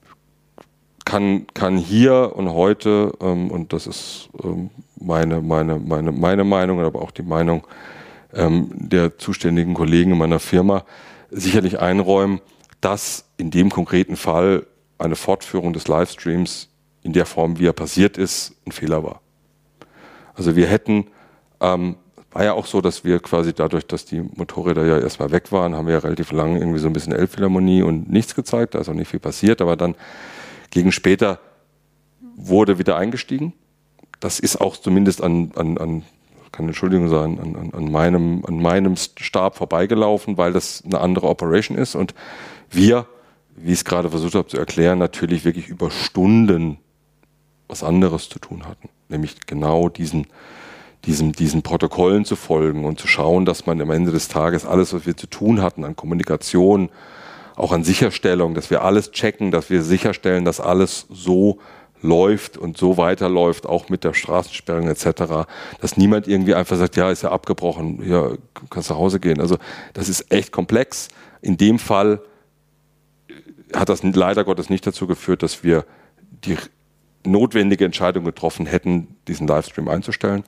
kann hier und heute, und das ist meine Meinung, aber auch die Meinung der zuständigen Kollegen in meiner Firma, sicherlich einräumen, dass in dem konkreten Fall eine Fortführung des Livestreams in der Form, wie er passiert ist, ein Fehler war. Also wir hätten, war ja auch so, dass wir quasi dadurch, dass die Motorräder ja erstmal weg waren, haben wir ja relativ lange irgendwie so ein bisschen Elbphilharmonie und nichts gezeigt, da ist auch nicht viel passiert, aber dann gegen später wurde wieder eingestiegen. Das ist auch zumindest kann Entschuldigung sein, an meinem Stab vorbeigelaufen, weil das eine andere Operation ist und wir wie ich es gerade versucht habe zu erklären, natürlich wirklich über Stunden was anderes zu tun hatten. Nämlich genau diesen Protokollen zu folgen und zu schauen, dass man am Ende des Tages alles, was wir zu tun hatten an Kommunikation, auch an Sicherstellung, dass wir alles checken, dass wir sicherstellen, dass alles so läuft und so weiterläuft, auch mit der Straßensperrung etc., dass niemand irgendwie einfach sagt, ja, ist ja abgebrochen, ja, kannst nach Hause gehen. Also das ist echt komplex. In dem Fall hat das leider Gottes nicht dazu geführt, dass wir die notwendige Entscheidung getroffen hätten, diesen Livestream einzustellen.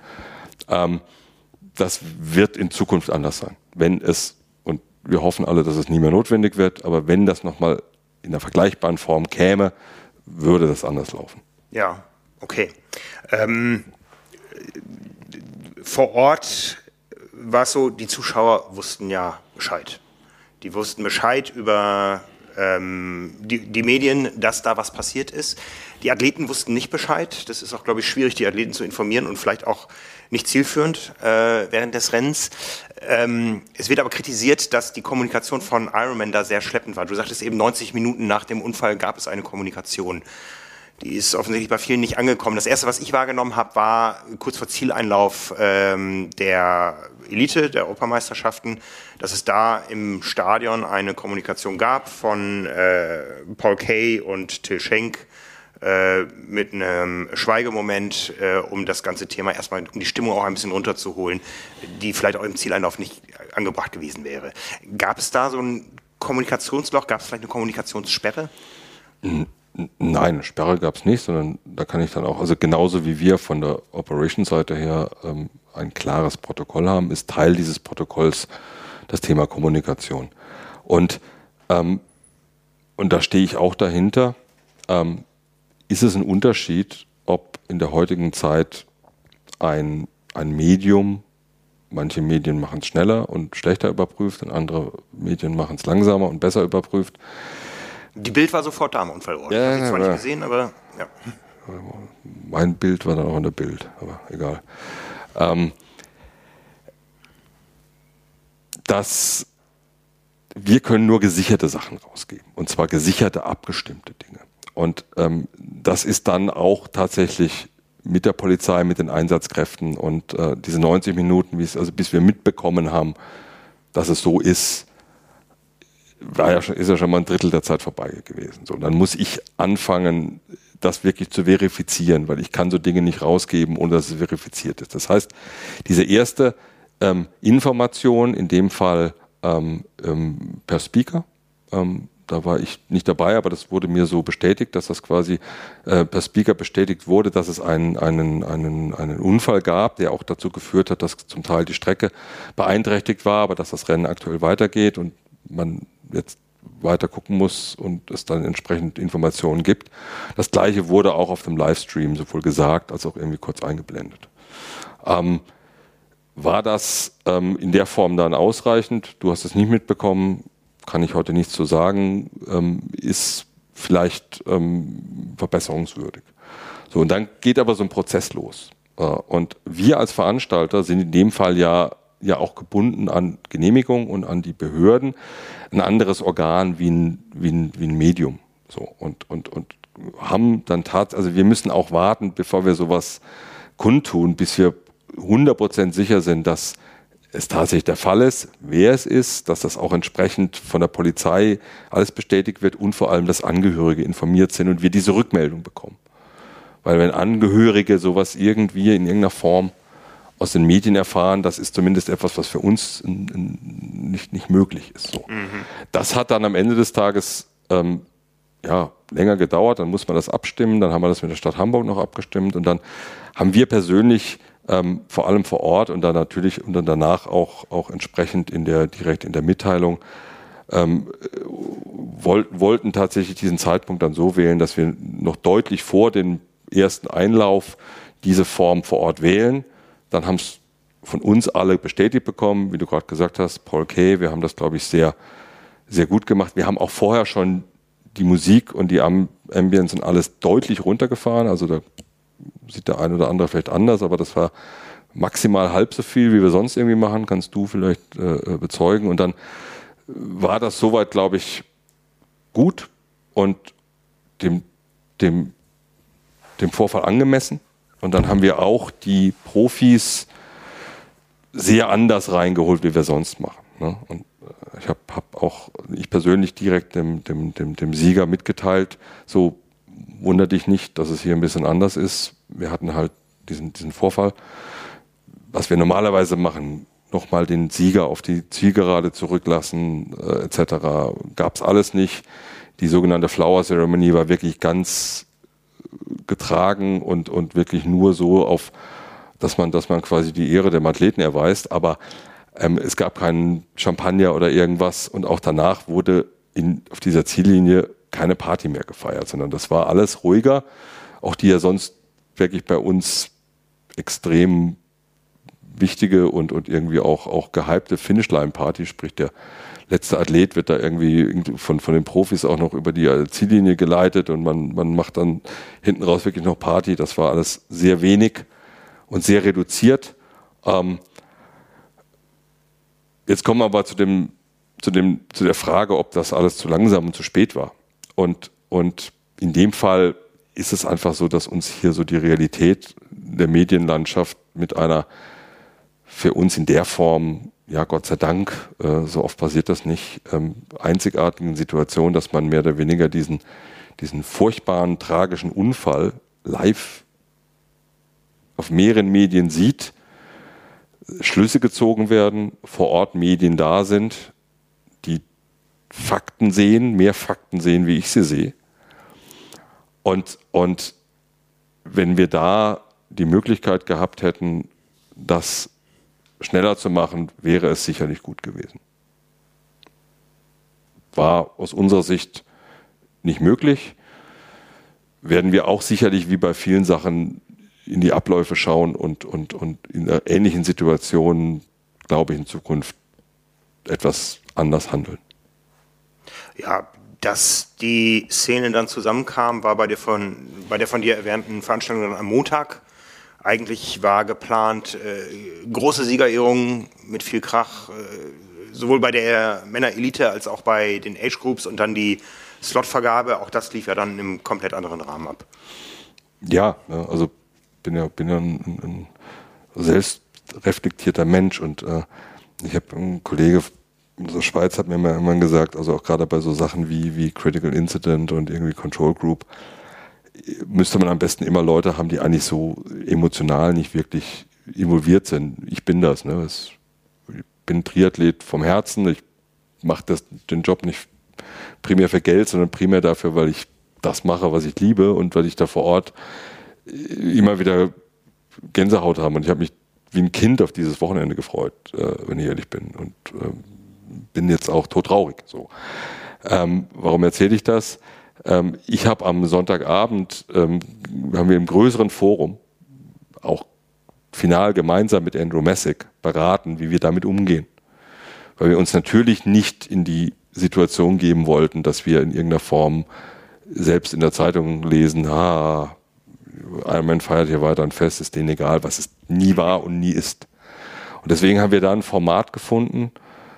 Das wird in Zukunft anders sein. Wenn es, und wir hoffen alle, dass es nie mehr notwendig wird, aber wenn das nochmal in einer vergleichbaren Form käme, würde das anders laufen. Ja, okay. Vor Ort war es so, die Zuschauer wussten ja Bescheid. Die wussten Bescheid über die Medien, dass da was passiert ist. Die Athleten wussten nicht Bescheid. Das ist auch, glaube ich, schwierig, die Athleten zu informieren und vielleicht auch nicht zielführend während des Rennens. Es wird aber kritisiert, dass die Kommunikation von Ironman da sehr schleppend war. Du sagtest eben, 90 Minuten nach dem Unfall gab es eine Kommunikation. Die ist offensichtlich bei vielen nicht angekommen. Das Erste, was ich wahrgenommen habe, war kurz vor Zieleinlauf der Elite, der Europameisterschaften, dass es da im Stadion eine Kommunikation gab von Paul Kay und Till Schenk mit einem Schweigemoment, um das ganze Thema erstmal, um die Stimmung auch ein bisschen runterzuholen, die vielleicht auch im Zieleinlauf nicht angebracht gewesen wäre. Gab es da so ein Kommunikationsloch? Gab es vielleicht eine Kommunikationssperre? Nein, eine Sperre gab es nicht, sondern da kann ich dann auch, also genauso wie wir von der Operations-Seite her ein klares Protokoll haben, ist Teil dieses Protokolls das Thema Kommunikation. Und da stehe ich auch dahinter. Ist es ein Unterschied, ob in der heutigen Zeit ein Medium, manche Medien machen es schneller und schlechter überprüft und andere Medien machen es langsamer und besser überprüft. Die Bild war sofort da am Unfallort. Ja, ich habe sie zwar nicht gesehen, aber ja. Mein Bild war dann auch in der Bild, aber egal. Wir können nur gesicherte Sachen rausgeben, und zwar gesicherte, abgestimmte Dinge. Und das ist dann auch tatsächlich mit der Polizei, mit den Einsatzkräften und diese 90 Minuten, bis wir mitbekommen haben, dass es so ist, ist ja schon mal ein Drittel der Zeit vorbei gewesen. So, dann muss ich anfangen, das wirklich zu verifizieren, weil ich kann so Dinge nicht rausgeben, ohne dass es verifiziert ist. Das heißt, diese erste Information, in dem Fall per Speaker, da war ich nicht dabei, aber das wurde mir so bestätigt, dass das quasi per Speaker bestätigt wurde, dass es einen Unfall gab, der auch dazu geführt hat, dass zum Teil die Strecke beeinträchtigt war, aber dass das Rennen aktuell weitergeht und man jetzt weiter gucken muss und es dann entsprechend Informationen gibt. Das Gleiche wurde auch auf dem Livestream sowohl gesagt, als auch irgendwie kurz eingeblendet. War das in der Form dann ausreichend? Du hast es nicht mitbekommen, kann ich heute nichts zu sagen, ist vielleicht verbesserungswürdig. So, und dann geht aber so ein Prozess los. Und wir als Veranstalter sind in dem Fall ja auch gebunden an Genehmigung und an die Behörden, ein anderes Organ wie ein Medium. So, und haben dann also wir müssen auch warten, bevor wir sowas kundtun, bis wir 100% sicher sind, dass es tatsächlich der Fall ist, wer es ist, dass das auch entsprechend von der Polizei alles bestätigt wird und vor allem, dass Angehörige informiert sind und wir diese Rückmeldung bekommen. Weil wenn Angehörige sowas irgendwie in irgendeiner Form aus den Medien erfahren, das ist zumindest etwas, was für uns nicht möglich ist. So. Mhm. Das hat dann am Ende des Tages länger gedauert, dann muss man das abstimmen, dann haben wir das mit der Stadt Hamburg noch abgestimmt und dann haben wir persönlich vor allem vor Ort und dann natürlich und dann danach auch entsprechend direkt in der Mitteilung wollten tatsächlich diesen Zeitpunkt dann so wählen, dass wir noch deutlich vor dem ersten Einlauf diese Form vor Ort wählen. Dann haben es von uns alle bestätigt bekommen, wie du gerade gesagt hast, Paul Kay, wir haben das, glaube ich, sehr, sehr gut gemacht. Wir haben auch vorher schon die Musik und die Ambience und alles deutlich runtergefahren, also da sieht der eine oder andere vielleicht anders, aber das war maximal halb so viel, wie wir sonst irgendwie machen, kannst du vielleicht bezeugen. Und dann war das soweit, glaube ich, gut. und dem Vorfall angemessen. Und dann haben wir auch die Profis sehr anders reingeholt, wie wir sonst machen. Ne? Und ich persönlich direkt dem Sieger mitgeteilt, so wundere dich nicht, dass es hier ein bisschen anders ist. Wir hatten halt diesen Vorfall. Was wir normalerweise machen, nochmal den Sieger auf die Zielgerade zurücklassen, etc., gab es alles nicht. Die sogenannte Flower Ceremony war wirklich ganz getragen und wirklich nur so dass man quasi die Ehre dem Athleten erweist, aber es gab keinen Champagner oder irgendwas und auch danach wurde auf dieser Ziellinie keine Party mehr gefeiert, sondern das war alles ruhiger, auch die ja sonst wirklich bei uns extrem wichtige und irgendwie auch gehypte Finishline-Party, sprich der letzte Athlet wird da irgendwie von den Profis auch noch über die Ziellinie geleitet und man macht dann hinten raus wirklich noch Party. Das war alles sehr wenig und sehr reduziert. Jetzt kommen wir aber zu der Frage, ob das alles zu langsam und zu spät war. Und in dem Fall ist es einfach so, dass uns hier so die Realität der Medienlandschaft mit einer für uns in der Form, ja Gott sei Dank, so oft passiert das nicht, einzigartigen Situation, dass man mehr oder weniger diesen furchtbaren, tragischen Unfall live auf mehreren Medien sieht, Schlüsse gezogen werden, vor Ort Medien da sind, die Fakten sehen, mehr Fakten sehen, wie ich sie sehe. Und wenn wir da die Möglichkeit gehabt hätten, das schneller zu machen, wäre es sicherlich gut gewesen. War aus unserer Sicht nicht möglich. Werden wir auch sicherlich wie bei vielen Sachen in die Abläufe schauen und in ähnlichen Situationen, glaube ich, in Zukunft etwas anders handeln. Ja, dass die Szene dann zusammenkam, war bei der von dir erwähnten Veranstaltung am Montag. Eigentlich war geplant, große Siegerehrungen mit viel Krach, sowohl bei der Männerelite als auch bei den Age Groups und dann die Slotvergabe. Auch das lief ja dann im komplett anderen Rahmen ab. Ja, also bin ja ein selbstreflektierter Mensch und ich habe einen Kollege aus der Schweiz hat mir immer gesagt, also auch gerade bei so Sachen wie Critical Incident und irgendwie Control Group, müsste man am besten immer Leute haben, die eigentlich so emotional nicht wirklich involviert sind. Ich bin das. Ne? Ich bin Triathlet vom Herzen. Ich mache den Job nicht primär für Geld, sondern primär dafür, weil ich das mache, was ich liebe und weil ich da vor Ort immer wieder Gänsehaut habe. Und ich habe mich wie ein Kind auf dieses Wochenende gefreut, wenn ich ehrlich bin. Und bin jetzt auch todtraurig. So. Warum erzähle ich das? Ich habe am Sonntagabend, haben wir im größeren Forum, auch final gemeinsam mit Andrew Messick, beraten, wie wir damit umgehen. Weil wir uns natürlich nicht in die Situation geben wollten, dass wir in irgendeiner Form selbst in der Zeitung lesen, Ironman feiert hier weiter ein Fest, ist denen egal, was es nie war und nie ist. Und deswegen haben wir da ein Format gefunden,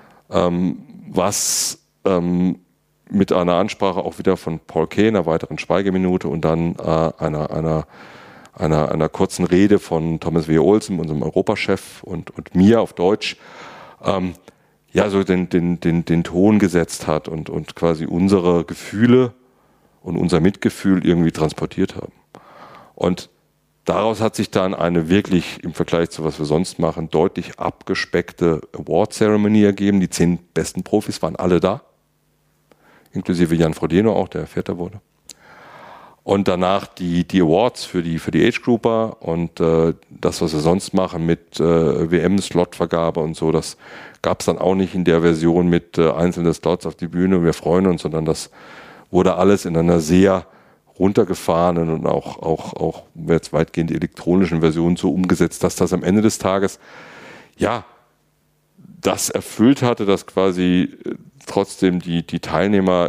was mit einer Ansprache auch wieder von Paul Kay, einer weiteren Schweigeminute und dann einer kurzen Rede von Thomas W. Olsen, unserem Europachef und mir auf Deutsch, so den Ton gesetzt hat und quasi unsere Gefühle und unser Mitgefühl irgendwie transportiert haben. Und daraus hat sich dann eine wirklich im Vergleich zu was wir sonst machen, deutlich abgespeckte Award-Ceremony ergeben. Die 10 besten Profis waren alle da. Inklusive Jan Frodeno auch, der Vierter wurde. Und danach die Awards für die Age-Grouper und das, was wir sonst machen mit WM-Slot-Vergabe und so, das gab es dann auch nicht in der Version mit einzelnen Slots auf die Bühne. Wir freuen uns, sondern das wurde alles in einer sehr runtergefahrenen und auch jetzt weitgehend elektronischen Version so umgesetzt, dass das am Ende des Tages das erfüllt hatte, dass quasi trotzdem die Teilnehmer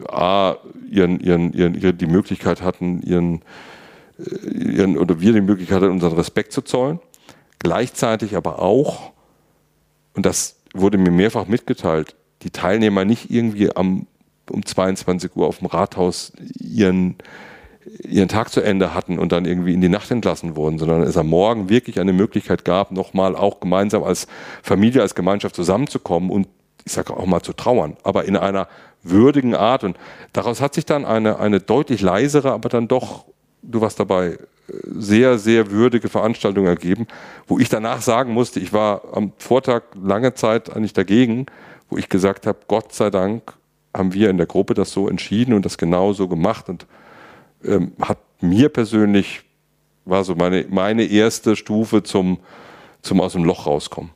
die Möglichkeit hatten, wir die Möglichkeit hatten, unseren Respekt zu zollen. Gleichzeitig aber auch, und das wurde mir mehrfach mitgeteilt, die Teilnehmer nicht irgendwie am um 22 Uhr auf dem Rathaus ihren Tag zu Ende hatten und dann irgendwie in die Nacht entlassen wurden, sondern es am Morgen wirklich eine Möglichkeit gab, nochmal auch gemeinsam als Familie, als Gemeinschaft zusammenzukommen und ich sage auch mal zu trauern, aber in einer würdigen Art. Und daraus hat sich dann eine deutlich leisere, aber dann doch, du warst dabei, sehr, sehr würdige Veranstaltung ergeben, wo ich danach sagen musste, ich war am Vortag lange Zeit eigentlich dagegen, wo ich gesagt habe, Gott sei Dank haben wir in der Gruppe das so entschieden und das genau so gemacht und hat mir persönlich, war so meine erste Stufe zum aus dem Loch rauskommen.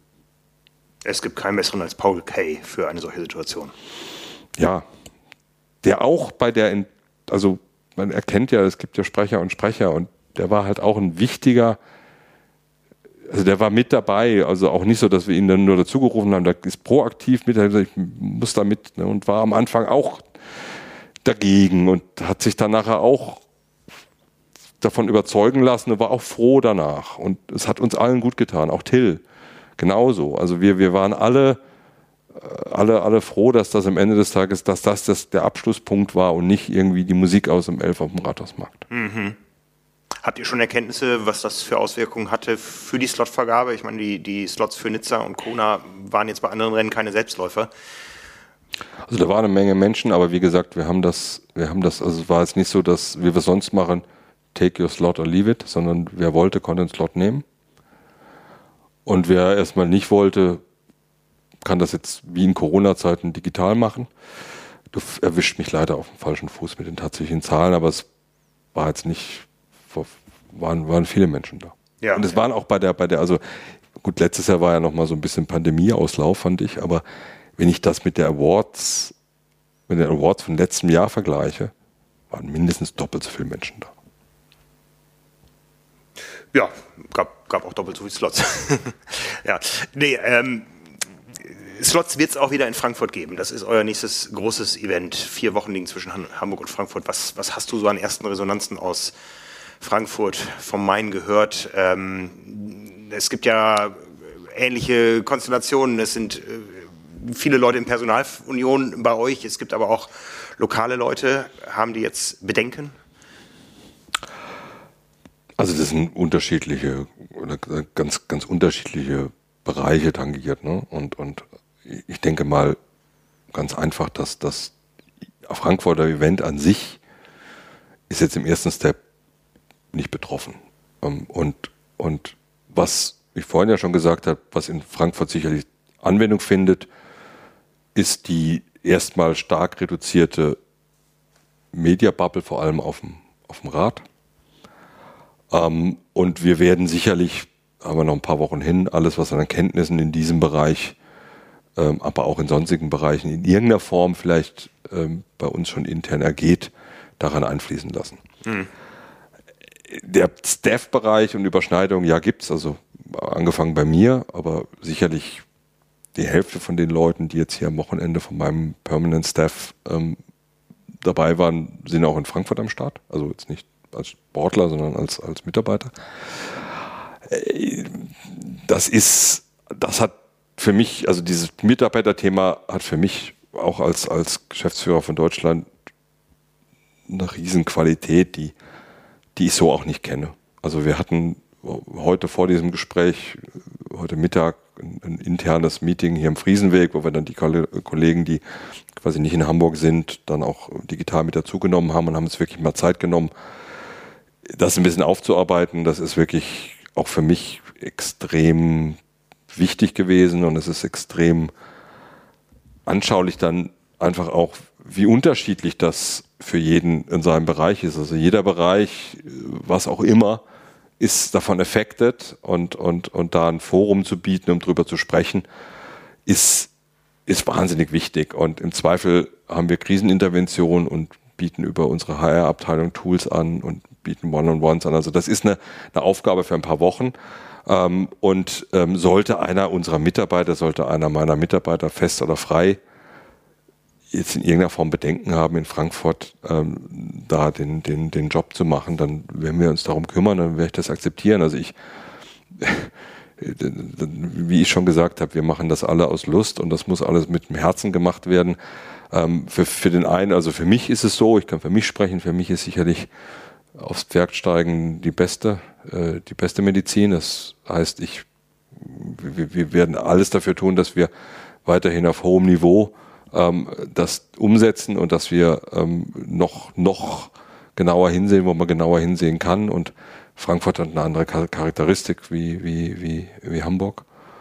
Es gibt keinen besseren als Paul Kay für eine solche Situation. Ja, der auch also man erkennt ja, es gibt ja Sprecher und Sprecher und der war halt auch ein wichtiger, also der war mit dabei, also auch nicht so, dass wir ihn dann nur dazugerufen haben, der ist proaktiv mit, ich muss da mit, ne, und war am Anfang auch dagegen und hat sich dann nachher auch davon überzeugen lassen und war auch froh danach und es hat uns allen gut getan, auch Till genauso, also wir waren alle froh, dass das am Ende des Tages, dass das der Abschlusspunkt war und nicht irgendwie die Musik aus dem 11 auf dem Rathausmarkt. Mhm. Habt ihr schon Erkenntnisse, was das für Auswirkungen hatte für die Slotvergabe? Ich meine, die Slots für Nizza und Kona waren jetzt bei anderen Rennen keine Selbstläufer. Also da waren eine Menge Menschen, aber wie gesagt, wir haben das, also es war jetzt nicht so, dass, wie wir sonst machen, take your slot or leave it, sondern wer wollte, konnte einen Slot nehmen. Und wer erstmal nicht wollte, kann das jetzt wie in Corona-Zeiten digital machen. Du erwischt mich leider auf dem falschen Fuß mit den tatsächlichen Zahlen, aber es war jetzt nicht, waren viele Menschen da. Ja, und es waren auch bei der, also gut, letztes Jahr war ja nochmal so ein bisschen Pandemieauslauf, fand ich, aber wenn ich das mit den Awards von letztem Jahr vergleiche, waren mindestens doppelt so viele Menschen da. Ja, gab auch doppelt so viele Slots. Ja, nee, Slots wird es auch wieder in Frankfurt geben. Das ist euer nächstes großes Event. 4 Wochen liegen zwischen Hamburg und Frankfurt. Was hast du so an ersten Resonanzen aus Frankfurt vom Main gehört? Es gibt ja ähnliche Konstellationen. Es sind viele Leute in Personalunion bei euch. Es gibt aber auch lokale Leute. Haben die jetzt Bedenken? Also das sind unterschiedliche, ganz, ganz unterschiedliche Bereiche tangiert, ne? Und ich denke mal ganz einfach, dass das Frankfurter Event an sich ist jetzt im ersten Step nicht betroffen. Und was ich vorhin ja schon gesagt habe, was in Frankfurt sicherlich Anwendung findet, ist die erstmal stark reduzierte Media-Bubble, vor allem auf dem Rad. Und wir werden sicherlich, haben wir noch ein paar Wochen hin, alles, was an Erkenntnissen in diesem Bereich, aber auch in sonstigen Bereichen in irgendeiner Form vielleicht bei uns schon intern ergeht, daran einfließen lassen. Mhm. Der Staff-Bereich und Überschneidung, ja, gibt's, also angefangen bei mir, aber sicherlich die Hälfte von den Leuten, die jetzt hier am Wochenende von meinem Permanent Staff dabei waren, sind auch in Frankfurt am Start, also jetzt nicht als Sportler, sondern als Mitarbeiter. Das hat für mich, also dieses Mitarbeiterthema hat für mich auch als Geschäftsführer von Deutschland eine Riesenqualität, die ich so auch nicht kenne. Also wir hatten heute vor diesem Gespräch, heute Mittag, ein internes Meeting hier im Friesenweg, wo wir dann die Kollegen, die quasi nicht in Hamburg sind, dann auch digital mit dazugenommen haben und haben uns wirklich mal Zeit genommen, das ein bisschen aufzuarbeiten. Das ist wirklich auch für mich extrem wichtig gewesen und es ist extrem anschaulich dann einfach auch, wie unterschiedlich das für jeden in seinem Bereich ist. Also jeder Bereich, was auch immer, ist davon affected und da ein Forum zu bieten, um drüber zu sprechen, ist wahnsinnig wichtig. Und im Zweifel haben wir Krisenintervention und bieten über unsere HR-Abteilung Tools an und bieten One-on-Ones an. Also das ist eine Aufgabe für ein paar Wochen. Sollte einer meiner Mitarbeiter fest oder frei jetzt in irgendeiner Form Bedenken haben, in Frankfurt da den Job zu machen, dann werden wir uns darum kümmern, dann werde ich das akzeptieren. Also wie ich schon gesagt habe, wir machen das alle aus Lust und das muss alles mit dem Herzen gemacht werden. Für den einen, also für mich ist es so, ich kann für mich sprechen, für mich ist sicherlich aufs Pferd steigen die beste Medizin. Das heißt, wir werden alles dafür tun, dass wir weiterhin auf hohem Niveau das umsetzen und dass wir noch genauer hinsehen, wo man genauer hinsehen kann. Und Frankfurt hat eine andere Charakteristik wie Hamburg.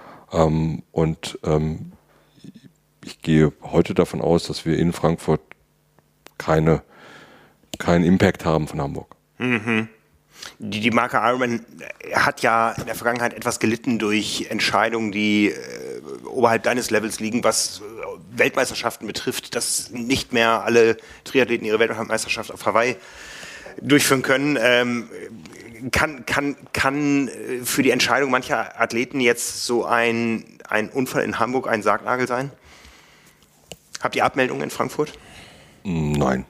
Ich gehe heute davon aus, dass wir in Frankfurt keinen Impact haben von Hamburg. Mhm. Die Marke Ironman hat ja in der Vergangenheit etwas gelitten durch Entscheidungen, die oberhalb deines Levels liegen, was Weltmeisterschaften betrifft, dass nicht mehr alle Triathleten ihre Weltmeisterschaft auf Hawaii durchführen können. Kann für die Entscheidung mancher Athleten jetzt so ein Unfall in Hamburg ein Sargnagel sein? Habt ihr Abmeldungen in Frankfurt? Nein.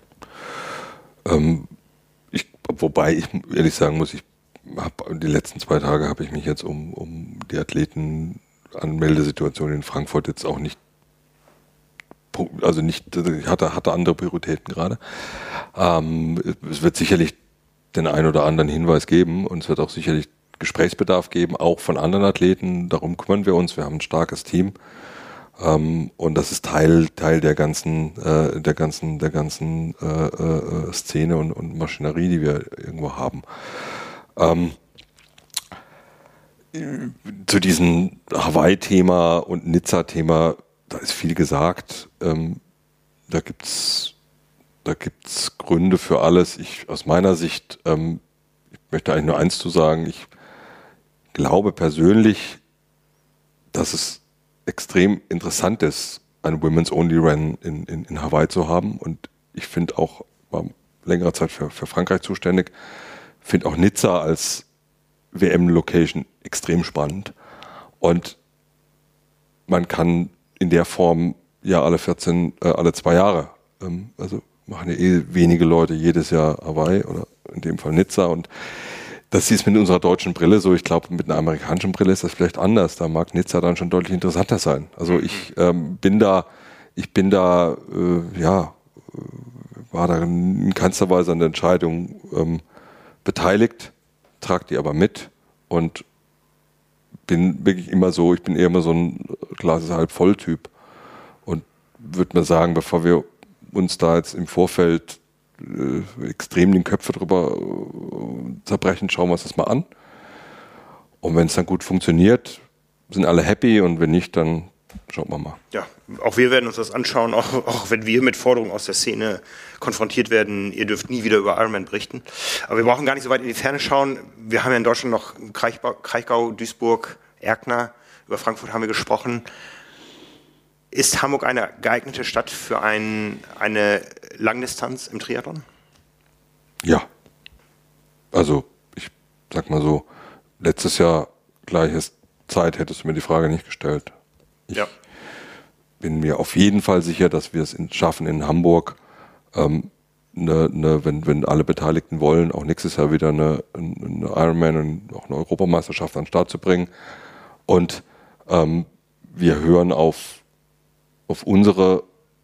Wobei ich ehrlich sagen muss, die letzten 2 Tage habe ich mich jetzt um die Athletenanmeldesituation in Frankfurt jetzt auch nicht, also nicht, ich hatte andere Prioritäten gerade. Es wird sicherlich den einen oder anderen Hinweis geben und es wird auch sicherlich Gesprächsbedarf geben, auch von anderen Athleten. Darum kümmern wir uns. Wir haben ein starkes Team. Und das ist Teil der ganzen Szene und Maschinerie, die wir irgendwo haben. Zu diesem Hawaii-Thema und Nizza-Thema, da ist viel gesagt. Da gibt's Gründe für alles. Aus meiner Sicht, ich möchte eigentlich nur eins zu sagen, ich glaube persönlich, dass es extrem interessant ist, ein Women's-Only-Run in Hawaii zu haben. Und ich finde auch, war längere Zeit für Frankreich zuständig, finde auch Nizza als WM-Location extrem spannend. Und man kann in der Form ja alle 2 Jahre, also machen ja wenige Leute jedes Jahr Hawaii oder in dem Fall Nizza. Und das ist mit unserer deutschen Brille so. Ich glaube, mit einer amerikanischen Brille ist das vielleicht anders. Da mag Nizza dann schon deutlich interessanter sein. Also ich war da in keinster Weise an der Entscheidung beteiligt, trage die aber mit und bin wirklich immer so, ich bin eher immer so ein Glas ist halb voll Typ und würde mir sagen, bevor wir uns da jetzt im Vorfeld extrem den Köpfe drüber zerbrechen, schauen wir uns das mal an. Und wenn es dann gut funktioniert, sind alle happy und wenn nicht, dann schauen wir mal. Ja, auch wir werden uns das anschauen, auch wenn wir mit Forderungen aus der Szene konfrontiert werden, ihr dürft nie wieder über Ironman berichten. Aber wir brauchen gar nicht so weit in die Ferne schauen. Wir haben ja in Deutschland noch Kraichgau, Duisburg, Erkner, über Frankfurt haben wir gesprochen. Ist Hamburg eine geeignete Stadt für eine Langdistanz im Triathlon? Ja. Also, ich sag mal so, letztes Jahr gleiches Zeit hättest du mir die Frage nicht gestellt. Ich bin mir auf jeden Fall sicher, dass wir es schaffen in Hamburg, wenn alle Beteiligten wollen, auch nächstes Jahr wieder eine Ironman und auch eine Europameisterschaft an den Start zu bringen. Und wir hören auf unsere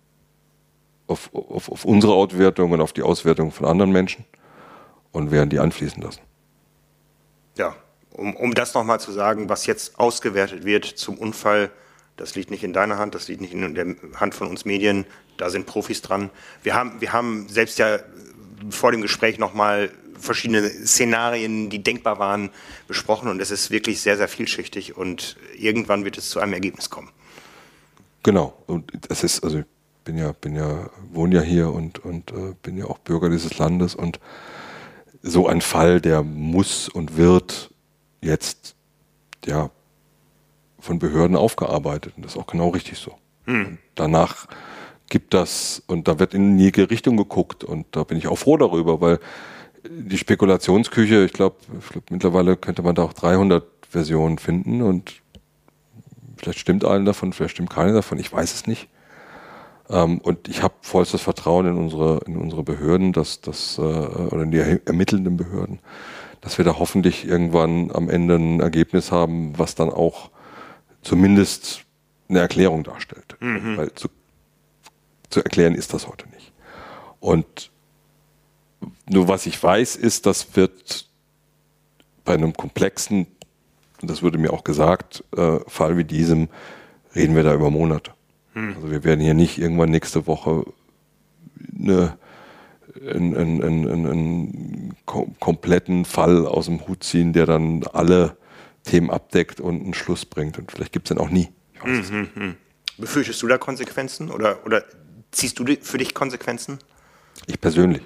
Auswertung und auf die Auswertung von anderen Menschen und werden die einfließen lassen. Ja, um das nochmal zu sagen, was jetzt ausgewertet wird zum Unfall, das liegt nicht in deiner Hand, das liegt nicht in der Hand von uns Medien, da sind Profis dran. Wir haben selbst ja vor dem Gespräch nochmal verschiedene Szenarien, die denkbar waren, besprochen und es ist wirklich sehr, sehr vielschichtig und irgendwann wird es zu einem Ergebnis kommen. Genau, und es ist, also ich wohne ja hier und bin ja auch Bürger dieses Landes und so ein Fall, der muss und wird jetzt ja von Behörden aufgearbeitet und das ist auch genau richtig so. Danach gibt das und da wird in jede Richtung geguckt und da bin ich auch froh darüber, weil die Spekulationsküche, ich glaube mittlerweile könnte man da auch 300 Versionen finden und vielleicht stimmt eine davon, vielleicht stimmt keine davon, ich weiß es nicht. Und ich habe vollstes Vertrauen in unsere Behörden, oder in die ermittelnden Behörden, dass wir da hoffentlich irgendwann am Ende ein Ergebnis haben, was dann auch zumindest eine Erklärung darstellt. Weil zu erklären ist das heute nicht. Und nur was ich weiß, ist, das wird bei einem komplexen, und das wurde mir auch gesagt, Fall wie diesem, reden wir da über Monate. Also wir werden hier nicht irgendwann nächste Woche einen kompletten Fall aus dem Hut ziehen, der dann alle Themen abdeckt und einen Schluss bringt. Und vielleicht gibt es den auch nie. Ich weiß es nicht. Befürchtest du da Konsequenzen oder ziehst du für dich Konsequenzen? Ich persönlich.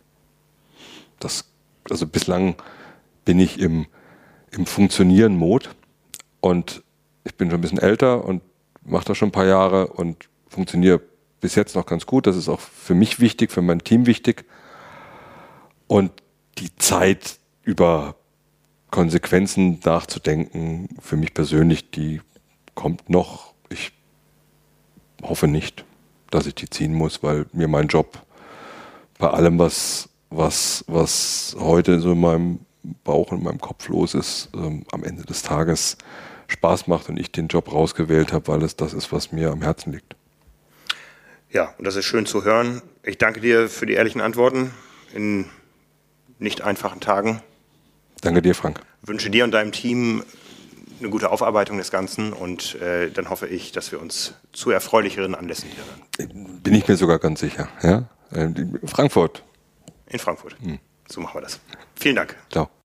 Also bislang bin ich im Funktionieren-Mode und ich bin schon ein bisschen älter und mache das schon ein paar Jahre und funktioniere bis jetzt noch ganz gut. Das ist auch für mich wichtig, für mein Team wichtig. Und die Zeit, über Konsequenzen nachzudenken, für mich persönlich, die kommt noch. Ich hoffe nicht, dass ich die ziehen muss, weil mir mein Job bei allem, was heute so in meinem Bauch und in meinem Kopf los ist, am Ende des Tages Spaß macht und ich den Job rausgewählt habe, weil es das ist, was mir am Herzen liegt. Ja, und das ist schön zu hören. Ich danke dir für die ehrlichen Antworten in nicht einfachen Tagen. Danke dir, Frank. Wünsche dir und deinem Team eine gute Aufarbeitung des Ganzen und dann hoffe ich, dass wir uns zu erfreulicheren Anlässen wiederhören. Bin ich mir sogar ganz sicher. Ja? Frankfurt. In Frankfurt. So machen wir das. Vielen Dank. Ciao.